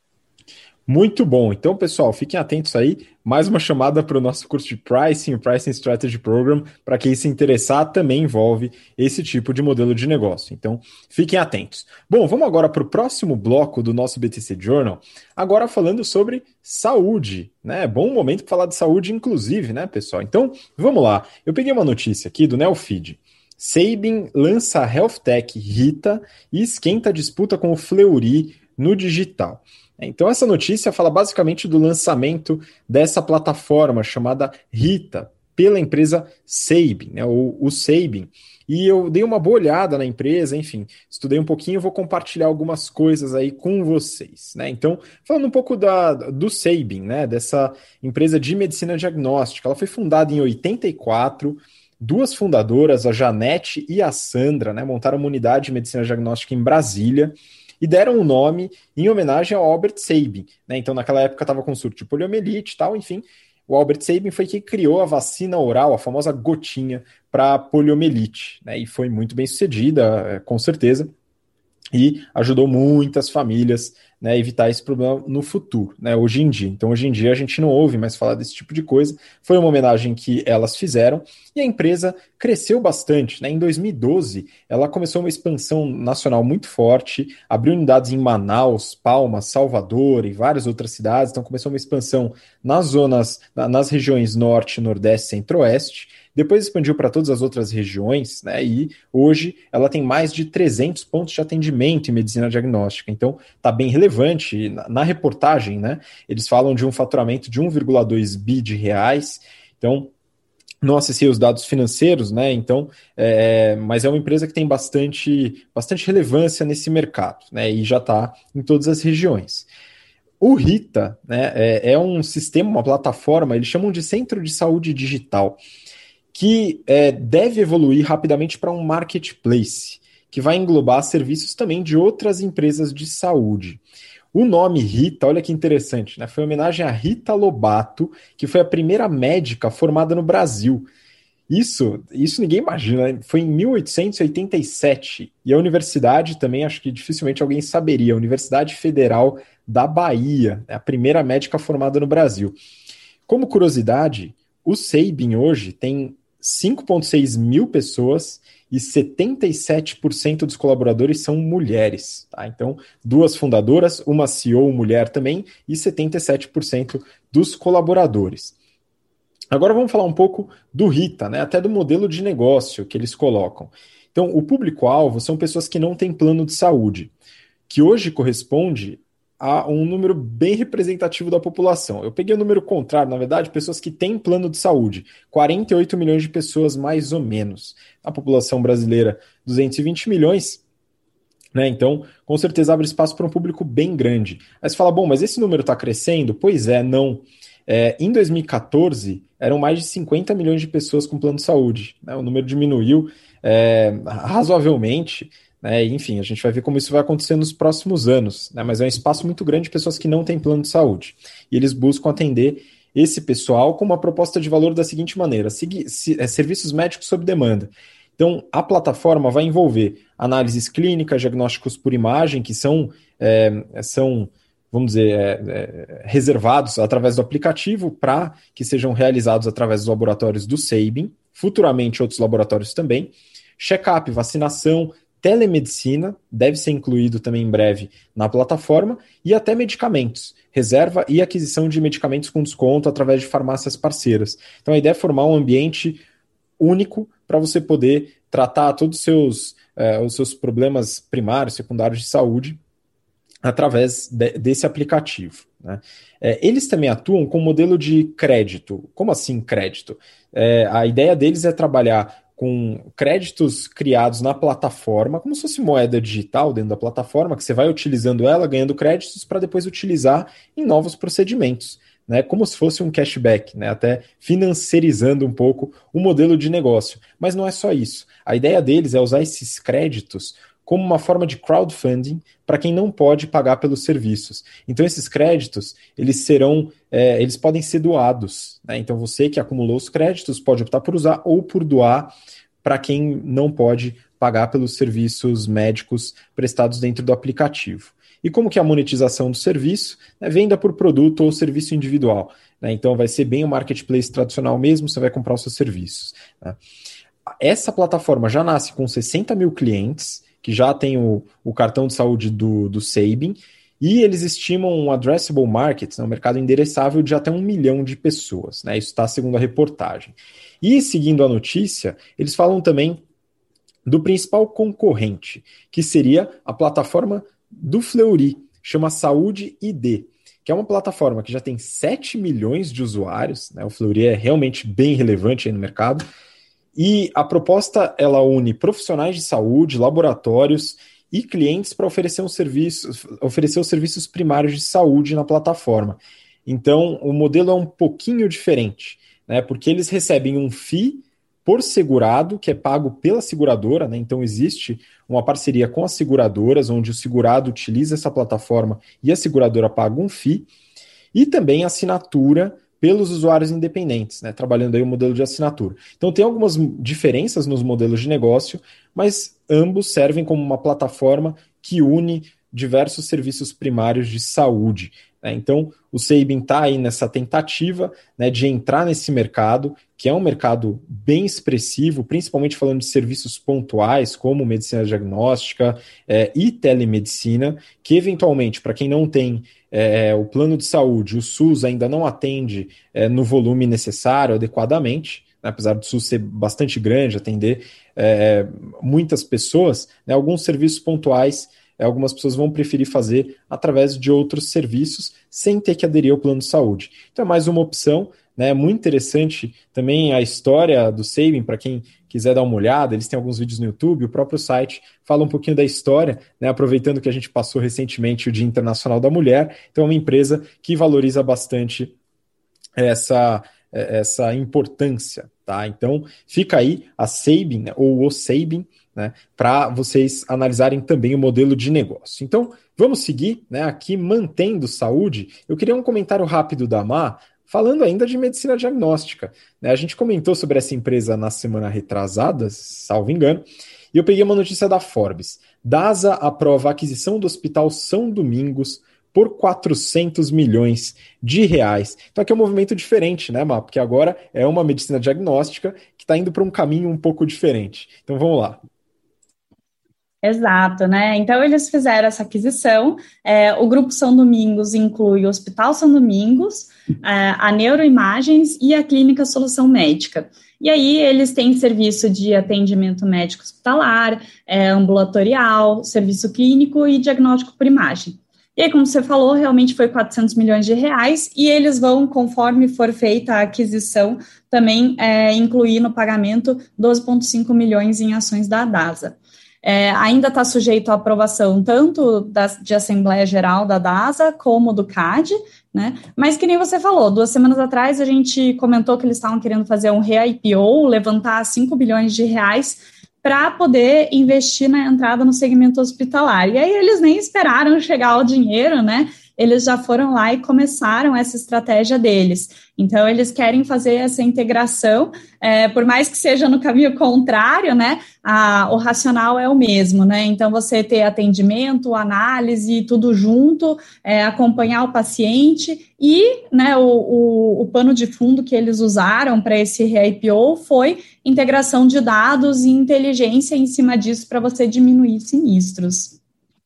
A: Muito bom. Então, pessoal, fiquem atentos aí. Mais uma chamada para o nosso curso de Pricing, o Pricing Strategy Program. Para quem se interessar, também envolve esse tipo de modelo de negócio. Então, fiquem atentos. Bom, vamos agora para o próximo bloco do nosso BTC Journal. Agora falando sobre saúde, né? Bom momento para falar de saúde, inclusive, né, pessoal? Então, vamos lá. Eu peguei uma notícia aqui do Neofeed. Sabin lança a Health Tech Rita e esquenta a disputa com o Fleury no digital. Então, essa notícia fala basicamente do lançamento dessa plataforma chamada Rita, pela empresa Sabin, né, ou o Sabin. E eu dei uma boa olhada na empresa, enfim, estudei um pouquinho, vou compartilhar algumas coisas aí com vocês, né? Então, falando um pouco do Sabin, né, dessa empresa de medicina diagnóstica, ela foi fundada em 84. Duas fundadoras, a Janete e a Sandra, né, montaram uma unidade de medicina diagnóstica em Brasília e deram o nome em homenagem ao Albert Sabin, né? Então, naquela época estava com surto de poliomielite e tal, enfim. O Albert Sabin foi quem criou a vacina oral, a famosa gotinha para poliomielite, né? E foi muito bem sucedida, com certeza, e ajudou muitas famílias, né, a evitar esse problema no futuro, né, hoje em dia. Então, hoje em dia, a gente não ouve mais falar desse tipo de coisa. Foi uma homenagem que elas fizeram e a empresa cresceu bastante, né? Em 2012, ela começou uma expansão nacional muito forte, abriu unidades em Manaus, Palmas, Salvador e várias outras cidades. Então, começou uma expansão nas regiões Norte, Nordeste e Centro-Oeste. Depois expandiu para todas as outras regiões, né? E hoje ela tem mais de 300 pontos de atendimento em medicina diagnóstica. Então, está bem relevante. Na reportagem, né? Eles falam de um faturamento de 1,2 bi de reais. Então, não acessei os dados financeiros, né? Então, mas é uma empresa que tem bastante relevância nesse mercado, né? E já está em todas as regiões. O Rita, né, é um sistema, uma plataforma, eles chamam de Centro de Saúde Digital, que deve evoluir rapidamente para um marketplace, que vai englobar serviços também de outras empresas de saúde. O nome Rita, olha que interessante, né? Foi em homenagem a Rita Lobato, que foi a primeira médica formada no Brasil. Isso ninguém imagina, né? Foi em 1887, e a universidade também, acho que dificilmente alguém saberia, a Universidade Federal da Bahia, a primeira médica formada no Brasil. Como curiosidade, o Sabin hoje tem 5,6 mil pessoas e 77% dos colaboradores são mulheres. Tá? Então, duas fundadoras, uma CEO mulher também e 77% dos colaboradores. Agora vamos falar um pouco do Rita, né? Até do modelo de negócio que eles colocam. Então, o público-alvo são pessoas que não têm plano de saúde, que hoje corresponde a um número bem representativo da população. Eu peguei o número contrário, na verdade, pessoas que têm plano de saúde. 48 milhões de pessoas, mais ou menos. A população brasileira, 220 milhões. Né? Então, com certeza abre espaço para um público bem grande. Aí você fala, bom, mas esse número está crescendo? Pois é, não. Em 2014, eram mais de 50 milhões de pessoas com plano de saúde. Né? O número diminuiu razoavelmente. Enfim, a gente vai ver como isso vai acontecer nos próximos anos, né? Mas é um espaço muito grande de pessoas que não têm plano de saúde. E eles buscam atender esse pessoal com uma proposta de valor da seguinte maneira: serviços médicos sob demanda. Então, a plataforma vai envolver análises clínicas, diagnósticos por imagem, que são vamos dizer, reservados através do aplicativo para que sejam realizados através dos laboratórios do Sabin, futuramente outros laboratórios também, check-up, vacinação, telemedicina, deve ser incluído também em breve na plataforma, e até medicamentos, reserva e aquisição de medicamentos com desconto através de farmácias parceiras. Então a ideia é formar um ambiente único para você poder tratar todos os seus problemas primários, secundários de saúde através desse aplicativo. Né? Eles também atuam com modelo de crédito. Como assim crédito? A ideia deles é trabalhar com créditos criados na plataforma, como se fosse moeda digital dentro da plataforma, que você vai utilizando ela, ganhando créditos para depois utilizar em novos procedimentos, né? Como se fosse um cashback, né? Até financiarizando um pouco o modelo de negócio. Mas não é só isso. A ideia deles é usar esses créditos como uma forma de crowdfunding para quem não pode pagar pelos serviços. Então, esses créditos, eles podem ser doados. Né? Então, você que acumulou os créditos pode optar por usar ou por doar para quem não pode pagar pelos serviços médicos prestados dentro do aplicativo. E como que é a monetização do serviço? É venda por produto ou serviço individual. Né? Então vai ser bem o marketplace tradicional mesmo, você vai comprar os seus serviços. Né? Essa plataforma já nasce com 60 mil clientes, que já tem o cartão de saúde do Sabin, e eles estimam um addressable market, né, um mercado endereçável de até 1 milhão de pessoas. Né? Isso está segundo a reportagem. E seguindo a notícia, eles falam também do principal concorrente, que seria a plataforma do Fleury, chama Saúde ID, que é uma plataforma que já tem 7 milhões de usuários, né? O Fleury é realmente bem relevante aí no mercado, e a proposta ela une profissionais de saúde, laboratórios e clientes para oferecer os serviços primários de saúde na plataforma. Então, o modelo é um pouquinho diferente, né? Porque eles recebem um FII por segurado, que é pago pela seguradora, né? Então existe uma parceria com as seguradoras, onde o segurado utiliza essa plataforma e a seguradora paga um FII, e também assinatura pelos usuários independentes, né? Trabalhando aí o modelo de assinatura. Então tem algumas diferenças nos modelos de negócio, mas ambos servem como uma plataforma que une diversos serviços primários de saúde. Né? Então, o Sabin está aí nessa tentativa, né, de entrar nesse mercado, que é um mercado bem expressivo, principalmente falando de serviços pontuais, como medicina diagnóstica e telemedicina, que eventualmente, para quem não tem o plano de saúde, o SUS ainda não atende no volume necessário, adequadamente, né, apesar do SUS ser bastante grande, atender muitas pessoas, né, alguns serviços pontuais algumas pessoas vão preferir fazer através de outros serviços sem ter que aderir ao plano de saúde. Então é mais uma opção, né? Muito interessante também a história do Sabin, para quem quiser dar uma olhada, eles têm alguns vídeos no YouTube, o próprio site fala um pouquinho da história, né? Aproveitando que a gente passou recentemente o Dia Internacional da Mulher, então é uma empresa que valoriza bastante essa importância, tá? Então fica aí a Sabin, né, ou o Sabin, né, para vocês analisarem também o modelo de negócio. Então, vamos seguir, né, aqui mantendo saúde. Eu queria um comentário rápido da Má, falando ainda de medicina diagnóstica. Né? A gente comentou sobre essa empresa na semana retrasada, salvo engano, e eu peguei uma notícia da Forbes. DASA aprova a aquisição do Hospital São Domingos por 400 milhões de reais. Então aqui é um movimento diferente, né, Má? Porque agora é uma medicina diagnóstica que está indo para um caminho um pouco diferente. Então vamos lá.
B: Exato, né? Então eles fizeram essa aquisição. O Grupo São Domingos inclui o Hospital São Domingos, a Neuroimagens e a Clínica Solução Médica. E aí eles têm serviço de atendimento médico hospitalar, ambulatorial, serviço clínico e diagnóstico por imagem. E aí, como você falou, realmente foi 400 milhões de reais e eles vão, conforme for feita a aquisição, também incluir no pagamento 12,5 milhões em ações da DASA. Ainda está sujeito à aprovação tanto de Assembleia Geral da DASA como do CAD, né? Mas que nem você falou, 2 semanas atrás a gente comentou que eles estavam querendo fazer um re-IPO, levantar 5 bilhões de reais para poder investir na entrada no segmento hospitalar. E aí eles nem esperaram chegar o dinheiro, né? Eles já foram lá e começaram essa estratégia deles. Então, eles querem fazer essa integração, por mais que seja no caminho contrário, né? O racional é o mesmo, né? Então, você ter atendimento, análise, tudo junto, acompanhar o paciente e, né, o pano de fundo que eles usaram para esse re-IPO foi integração de dados e inteligência em cima disso para você diminuir sinistros.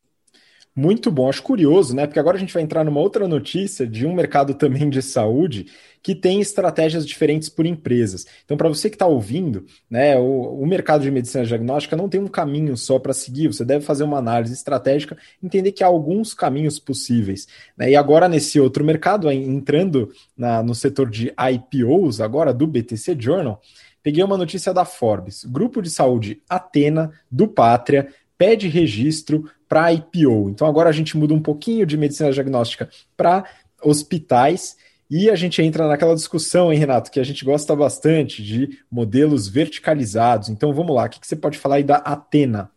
A: Muito bom, acho curioso, né? Porque agora a gente vai entrar numa outra notícia de um mercado também de saúde que tem estratégias diferentes por empresas. Então, para você que está ouvindo, né, o mercado de medicina diagnóstica não tem um caminho só para seguir, você deve fazer uma análise estratégica, entender que há alguns caminhos possíveis. Né? E agora, nesse outro mercado, entrando no setor de IPOs, agora do BTC Journal, peguei uma notícia da Forbes. Grupo de saúde Athena, do Pátria, pede registro para IPO. Então agora a gente muda um pouquinho de medicina diagnóstica para hospitais e a gente entra naquela discussão, hein, Renato, que a gente gosta bastante de modelos verticalizados. Então vamos lá, o que você pode falar aí da Athena?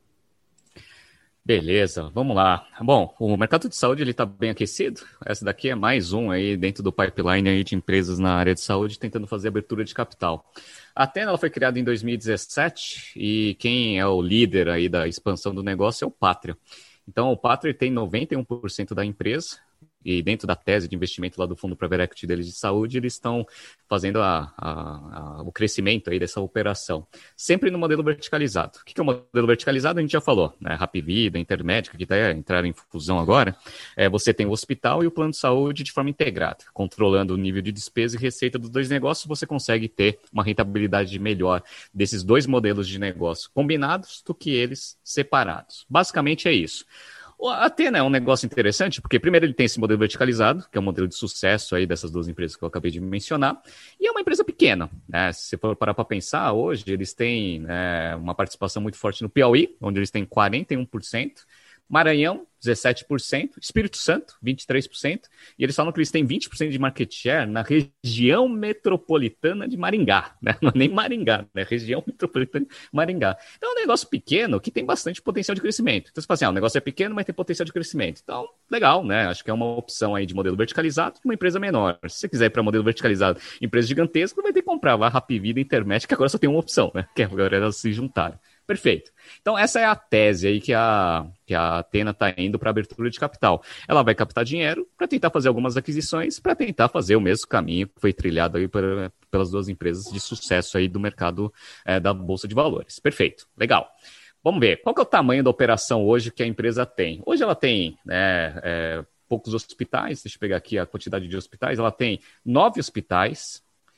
C: Beleza, vamos lá. Bom, o mercado de saúde está bem aquecido. Essa daqui é mais um aí dentro do pipeline aí de empresas na área de saúde tentando fazer abertura de capital. A Athena ela foi criada em 2017 e quem é o líder aí da expansão do negócio é o Pátria. Então, o Patria tem 91% da empresa, e dentro da tese de investimento lá do Fundo Private Equity deles de saúde, eles estão fazendo o crescimento aí dessa operação. Sempre no modelo verticalizado. O que é o modelo verticalizado? A gente já falou, né? Hapvida, Intermédica, que está entrando em fusão agora. Você tem o hospital e o plano de saúde de forma integrada. Controlando o nível de despesa e receita dos dois negócios, você consegue ter uma rentabilidade melhor desses dois modelos de negócio combinados do que eles separados. Basicamente é isso. A Athena é um negócio interessante, porque primeiro ele tem esse modelo verticalizado, que é um modelo de sucesso aí dessas duas empresas que eu acabei de mencionar, e é uma empresa pequena, né? Se você for parar para pensar, hoje eles têm uma participação muito forte no Piauí, onde eles têm 41%, Maranhão, 17%, Espírito Santo, 23%, e eles falam que eles têm 20% de market share na região metropolitana de Maringá, né? Não é nem Maringá, né? Região metropolitana de Maringá. Então é um negócio pequeno que tem bastante potencial de crescimento. Então você fala assim, o negócio é pequeno, mas tem potencial de crescimento. Então, legal, né? Acho que é uma opção aí de modelo verticalizado de uma empresa menor. Se você quiser ir para modelo verticalizado, empresa gigantesca, vai ter que comprar a Hapvida e Intermédica, que agora só tem uma opção, né? Que agora elas se juntaram. Perfeito. Então, essa é a tese aí que a Athena está indo para abertura de capital. Ela vai captar dinheiro para tentar fazer algumas aquisições, para tentar fazer o mesmo caminho que foi trilhado aí pelas duas empresas de sucesso aí do mercado da Bolsa de Valores. Perfeito. Legal. Vamos ver. Qual que é o tamanho da operação hoje que a empresa tem? Hoje ela tem poucos hospitais. Deixa eu pegar aqui a quantidade de hospitais. Ela tem 9 hospitais,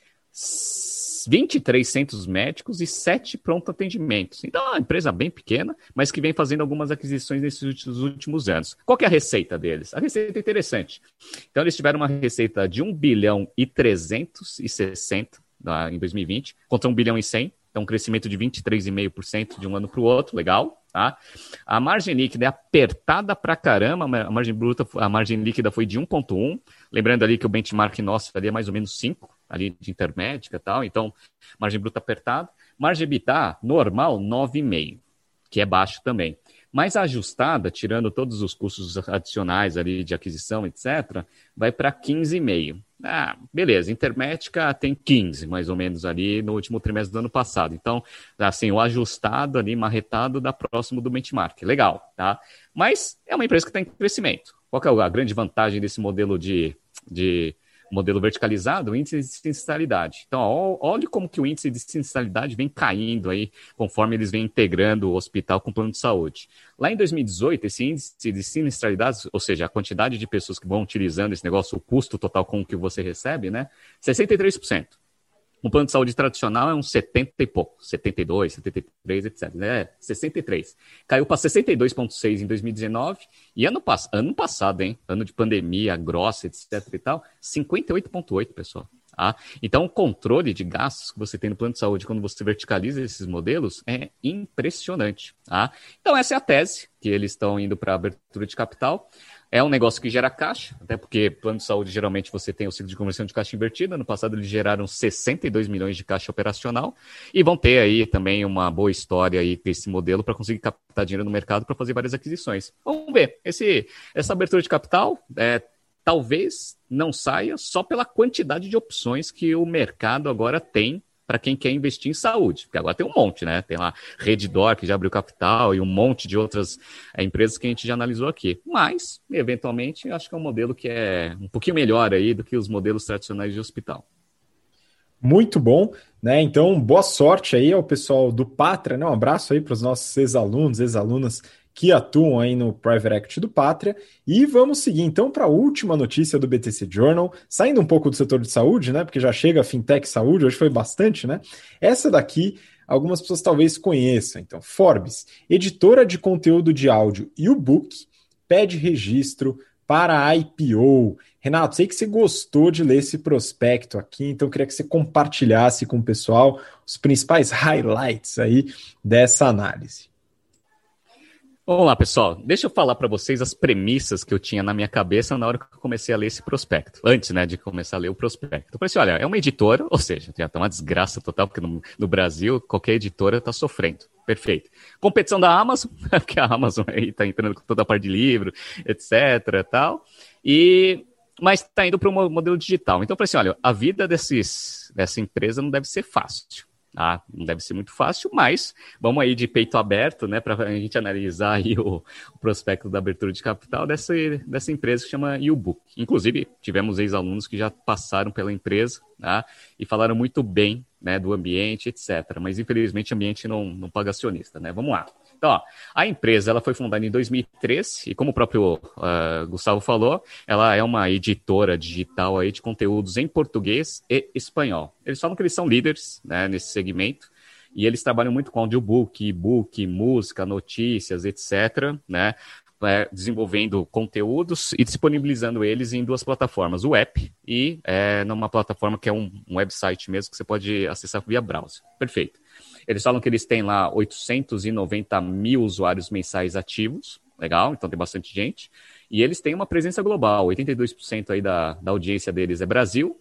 C: 23 centros médicos e 7 pronto-atendimentos. Então, é uma empresa bem pequena, mas que vem fazendo algumas aquisições nesses últimos anos. Qual que é a receita deles? A receita é interessante. Então, eles tiveram uma receita de 1 bilhão e 360 em 2020, contra 1 bilhão e 100. Então, um crescimento de 23,5% de um ano para o outro. Legal, tá? A margem líquida é apertada pra caramba. A margem bruta, a margem líquida foi de 1,1. Lembrando ali que o benchmark nosso ali é mais ou menos 5. Ali de Intermédica e tal, então margem bruta apertada, margem EBITDA normal 9,5, que é baixo também, mas a ajustada, tirando todos os custos adicionais ali de aquisição, etc., vai para 15,5. Beleza, Intermédica tem 15, mais ou menos ali no último trimestre do ano passado, então, assim, o ajustado ali, marretado, dá próximo do benchmark, legal, tá? Mas é uma empresa que está em crescimento. Qual que é a grande vantagem desse modelo de modelo verticalizado? O índice de sinistralidade. Então, olha como que o índice de sinistralidade vem caindo aí, conforme eles vêm integrando o hospital com o plano de saúde. Lá em 2018, esse índice de sinistralidade, ou seja, a quantidade de pessoas que vão utilizando esse negócio, o custo total com o que você recebe, né? 63%. O plano de saúde tradicional é uns 70 e pouco, 72, 73, etc. 63. Caiu para 62,6 em 2019 e ano passado, ano de pandemia grossa, etc. e tal, 58,8, pessoal. Então, o controle de gastos que você tem no plano de saúde quando você verticaliza esses modelos é impressionante. Então, essa é a tese que eles estão indo para a abertura de capital. É um negócio que gera caixa, até porque plano de saúde, geralmente, você tem o ciclo de conversão de caixa invertida. No passado, eles geraram 62 milhões de caixa operacional e vão ter aí também uma boa história aí desse modelo para conseguir captar dinheiro no mercado para fazer várias aquisições. Vamos ver. Essa abertura de capital talvez não saia só pela quantidade de opções que o mercado agora tem para quem quer investir em saúde, porque agora tem um monte, né? Tem lá Redditor, que já abriu capital, e um monte de outras empresas que a gente já analisou aqui. Mas, eventualmente, acho que é um modelo que é um pouquinho melhor aí do que os modelos tradicionais de hospital.
A: Muito bom, né? Então, boa sorte aí ao pessoal do Patria, né? Um abraço aí para os nossos ex-alunos, ex-alunas que atuam aí no Private Equity do Patria. E vamos seguir então para a última notícia do BTC Journal, saindo um pouco do setor de saúde, né? Porque já chega a Fintech Saúde, hoje foi bastante, né? Essa daqui, algumas pessoas talvez conheçam. Então, Forbes, editora de conteúdo de áudio e o book, pede registro para a IPO. Renato, sei que você gostou de ler esse prospecto aqui, então eu queria que você compartilhasse com o pessoal os principais highlights aí dessa análise.
C: Vamos lá, pessoal. Deixa eu falar para vocês as premissas que eu tinha na minha cabeça na hora que eu comecei a ler esse prospecto. Antes, né, de começar a ler o prospecto. Eu falei assim, olha, é uma editora, ou seja, já tá uma desgraça total, porque no Brasil qualquer editora está sofrendo. Perfeito. Competição da Amazon, porque a Amazon aí tá entrando com toda a parte de livro, etc, tal. Mas está indo para um modelo digital. Então eu falei assim, olha, a vida dessa empresa não deve ser fácil. Ah, não deve ser muito fácil, mas vamos aí de peito aberto, né, para a gente analisar aí o prospecto da abertura de capital dessa empresa que chama YouBook. Inclusive, tivemos ex-alunos que já passaram pela empresa, tá, e falaram muito bem, né, do ambiente, etc. Mas, infelizmente, o ambiente não paga acionista, né? Vamos lá. Então, ó, a empresa ela foi fundada em 2013 e, como o próprio Gustavo falou, ela é uma editora digital aí de conteúdos em português e espanhol. Eles falam que eles são líderes, né, nesse segmento e eles trabalham muito com audiobook, e-book, música, notícias, etc., né, desenvolvendo conteúdos e disponibilizando eles em duas plataformas, o app e numa plataforma que é um website mesmo que você pode acessar via browser. Perfeito. Eles falam que eles têm lá 890 mil usuários mensais ativos, legal, então tem bastante gente. E eles têm uma presença global, 82% aí da audiência deles é Brasil,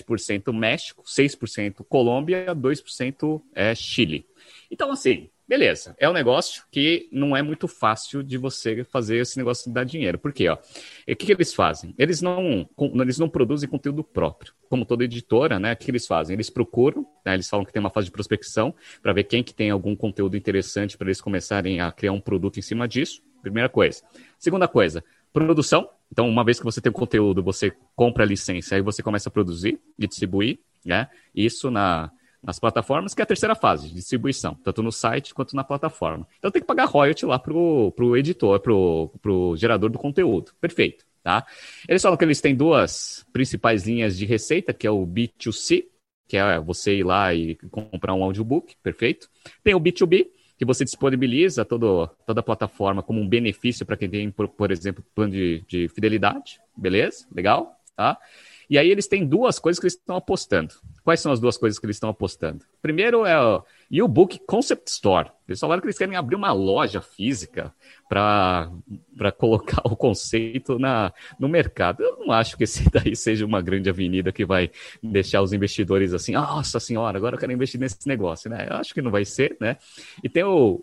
C: 7% México, 6% Colômbia, 2% Chile. Então, assim, beleza, é um negócio que não é muito fácil de você fazer esse negócio de dar dinheiro. Por quê? Ó? O que eles fazem? Eles não produzem conteúdo próprio. Como toda editora, né? O que eles fazem? Eles procuram, né, eles falam que tem uma fase de prospecção para ver quem que tem algum conteúdo interessante para eles começarem a criar um produto em cima disso. Primeira coisa. Segunda coisa, produção. Então, uma vez que você tem o conteúdo, você compra a licença, aí você começa a produzir e distribuir, né? Isso nas plataformas, que é a terceira fase de distribuição, tanto no site quanto na plataforma. Então tem que pagar royalty lá pro editor, pro gerador do conteúdo. Perfeito, tá? Eles falam que eles têm duas principais linhas de receita, que é o B2C, que é você ir lá e comprar um audiobook, perfeito. Tem o B2B, que você disponibiliza toda a plataforma como um benefício para quem tem, por exemplo, plano de fidelidade, beleza? Legal, tá? E aí eles têm duas coisas que eles estão apostando. Quais são as duas coisas que eles estão apostando? Primeiro é o YouBook Concept Store. Eles falaram que eles querem abrir uma loja física para colocar o conceito no mercado. Eu não acho que esse daí seja uma grande avenida que vai deixar os investidores assim, nossa senhora, agora eu quero investir nesse negócio, né? Eu acho que não vai ser, né? E tem o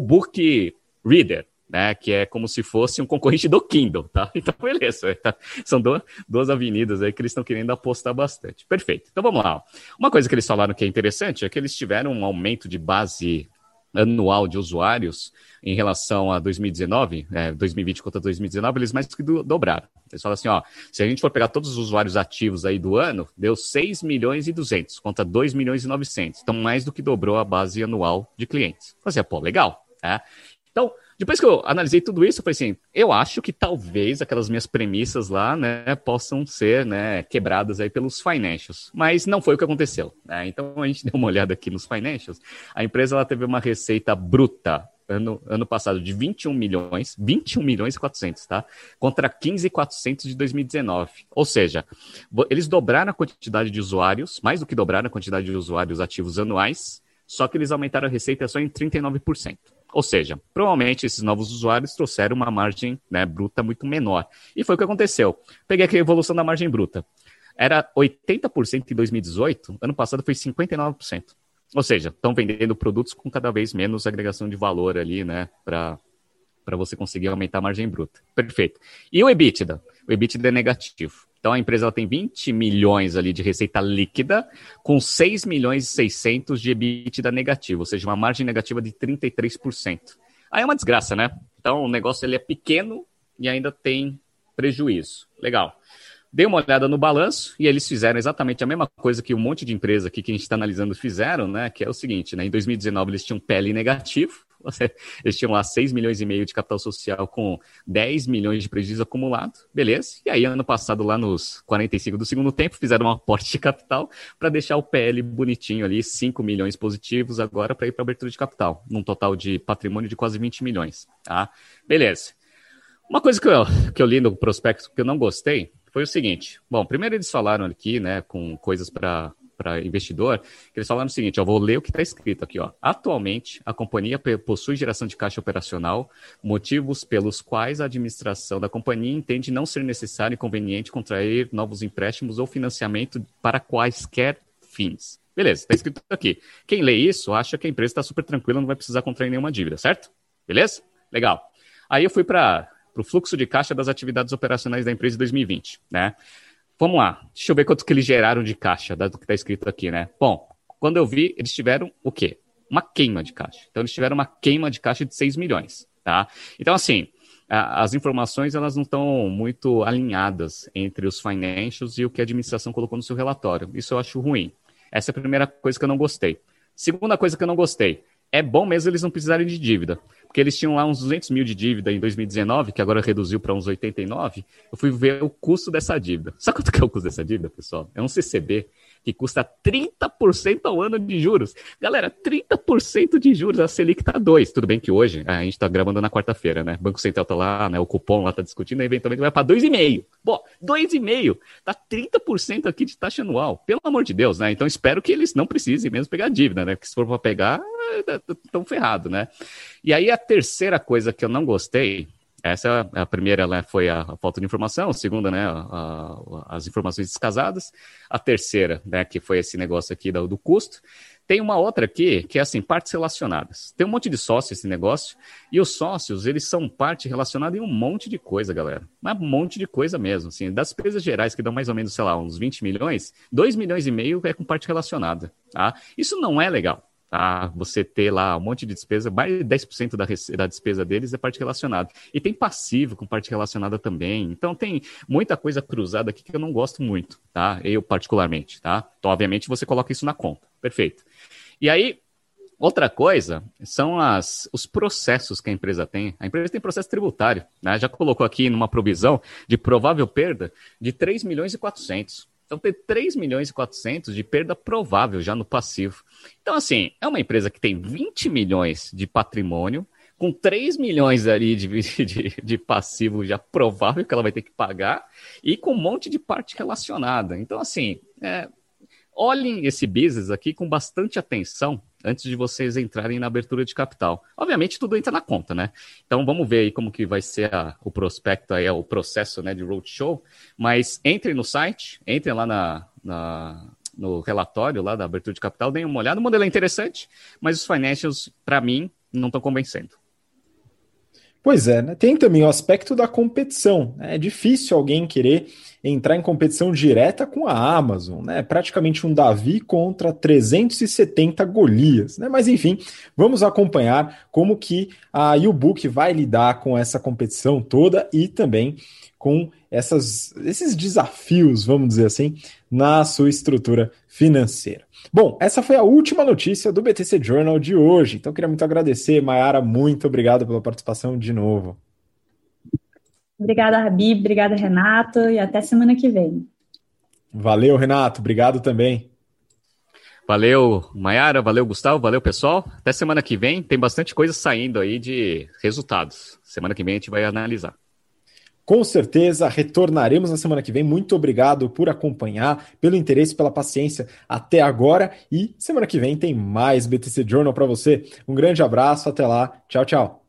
C: Book Reader, né, que é como se fosse um concorrente do Kindle, tá? Então, beleza. Tá? São duas avenidas aí que eles estão querendo apostar bastante. Perfeito. Então, vamos lá. Uma coisa que eles falaram que é interessante é que eles tiveram um aumento de base anual de usuários em relação a 2019, 2020 contra 2019, eles mais que dobraram. Eles falam assim, ó, se a gente for pegar todos os usuários ativos aí do ano, deu 6 milhões e 200 contra 2 milhões e 900. Então, mais do que dobrou a base anual de clientes. Então, assim, pô, legal, tá? Então, depois que eu analisei tudo isso, eu falei assim, eu acho que talvez aquelas minhas premissas lá, né, possam ser, né, quebradas aí pelos financials. Mas não foi o que aconteceu, né? Então, a gente deu uma olhada aqui nos financials. A empresa ela teve uma receita bruta ano passado de 21 milhões e 400, tá? Contra 15.400 de 2019. Ou seja, eles dobraram a quantidade de usuários, mais do que dobraram a quantidade de usuários ativos anuais, só que eles aumentaram a receita só em 39%. Ou seja, provavelmente esses novos usuários trouxeram uma margem, né, bruta muito menor. E foi o que aconteceu. Peguei aqui a evolução da margem bruta. Era 80% em 2018, ano passado foi 59%. Ou seja, estão vendendo produtos com cada vez menos agregação de valor ali, né, para você conseguir aumentar a margem bruta. Perfeito. E o EBITDA? O EBITDA é negativo. Então, a empresa ela tem 20 milhões ali de receita líquida, com 6 milhões e 600 de EBITDA negativo, ou seja, uma margem negativa de 33%. Aí é uma desgraça, né? Então, o negócio ele é pequeno e ainda tem prejuízo. Legal. Dei uma olhada no balanço e eles fizeram exatamente a mesma coisa que um monte de empresa aqui que a gente está analisando fizeram, né? Que é o seguinte, né? Em 2019 eles tinham PL negativo, eles tinham lá 6 milhões e meio de capital social com 10 milhões de prejuízo acumulado, beleza? E aí ano passado lá nos 45 do segundo tempo fizeram um aporte de capital para deixar o PL bonitinho ali, 5 milhões positivos agora para ir para abertura de capital, num total de patrimônio de quase 20 milhões, tá? Beleza. Uma coisa que eu li no prospecto que eu não gostei foi o seguinte. Bom, primeiro eles falaram aqui, né, com coisas para investidor, que eles falaram o seguinte, eu vou ler o que está escrito aqui, ó. Atualmente, a companhia possui geração de caixa operacional, motivos pelos quais a administração da companhia entende não ser necessário e conveniente contrair novos empréstimos ou financiamento para quaisquer fins. Beleza, está escrito aqui. Quem lê isso acha que a empresa está super tranquila, não vai precisar contrair nenhuma dívida, certo? Beleza? Legal. Aí eu fui para o fluxo de caixa das atividades operacionais da empresa em 2020, né? Vamos lá, deixa eu ver quanto que eles geraram de caixa, do que está escrito aqui, né? Bom, Quando eu vi, eles tiveram o quê? Uma queima de caixa. Então, eles tiveram uma queima de caixa de 6 milhões, tá? Então, assim, as informações, elas não estão muito alinhadas entre os financials e o que a administração colocou no seu relatório. Isso eu acho ruim. Essa é a primeira coisa que eu não gostei. Segunda coisa que eu não gostei. É bom mesmo eles não precisarem de dívida. Porque eles tinham lá uns 200 mil de dívida em 2019, que agora reduziu para uns 89. Eu fui ver o custo dessa dívida. Sabe quanto que é o custo dessa dívida, pessoal? É um CCB que custa 30% ao ano de juros. Galera, 30% de juros, a Selic está 2%. Tudo bem que hoje, a gente está gravando na quarta-feira, né? O Banco Central está lá, né? O cupom lá está discutindo, e eventualmente vai para 2,5%. Pô, 2,5%. Tá 30% aqui de taxa anual. Pelo amor de Deus, né? Então espero que eles não precisem mesmo pegar dívida, né? Porque se for para pegar, estão ferrados, né? E aí a terceira coisa que eu não gostei, essa a primeira, né, foi a falta de informação, a segunda, né, as informações descasadas, a terceira, né, que foi esse negócio aqui do custo. Tem uma outra aqui, que é assim, partes relacionadas. Tem um monte de sócios esse negócio, e os sócios, eles são parte relacionada em um monte de coisa, galera. Mas um monte de coisa mesmo, assim. Das despesas gerais, que dão mais ou menos, sei lá, uns 20 milhões, 2,5 milhões é com parte relacionada, tá? Isso não é legal. Tá? Você ter lá um monte de despesa, mais de 10% da despesa deles é parte relacionada. E tem passivo com parte relacionada também. Então tem muita coisa cruzada aqui que eu não gosto muito, tá? Eu particularmente, tá? Então, obviamente, você coloca isso na conta. Perfeito. E aí, outra coisa são os processos que a empresa tem. A empresa tem processo tributário, né? Já colocou aqui numa provisão de provável perda de 3 milhões e 400. Então, tem 3 milhões e 400 de perda provável já no passivo. Então, assim, é uma empresa que tem 20 milhões de patrimônio, com 3 milhões ali de passivo já provável que ela vai ter que pagar, e com um monte de parte relacionada. Então, assim, olhem esse business aqui com bastante atenção antes de vocês entrarem na abertura de capital. Obviamente, tudo entra na conta, né? Então, vamos ver aí como que vai ser o prospecto, aí, o processo, né, de roadshow. Mas entrem no site, entrem lá no relatório lá da abertura de capital, deem uma olhada. O modelo é interessante, mas os financials, para mim, não estão convencendo.
A: Pois é, né? Tem também o aspecto da competição. É difícil alguém querer entrar em competição direta com a Amazon, né? Praticamente um Davi contra 370 Golias, né? Mas enfim, vamos acompanhar como que a YouBook vai lidar com essa competição toda e também com esses desafios, vamos dizer assim, na sua estrutura financeira. Bom, essa foi a última notícia do BTC Journal de hoje. Então, queria muito agradecer, Mayara, muito obrigado pela participação de novo.
B: Obrigada, Habib, obrigada, Renato, e até semana que vem.
A: Valeu, Renato, obrigado também.
C: Valeu, Mayara, valeu, Gustavo, valeu, pessoal. Até semana que vem, tem bastante coisa saindo aí de resultados. Semana que vem a gente vai analisar.
A: Com certeza, retornaremos na semana que vem. Muito obrigado por acompanhar, pelo interesse, pela paciência até agora. E semana que vem tem mais BTC Journal para você. Um grande abraço, até lá. Tchau, tchau.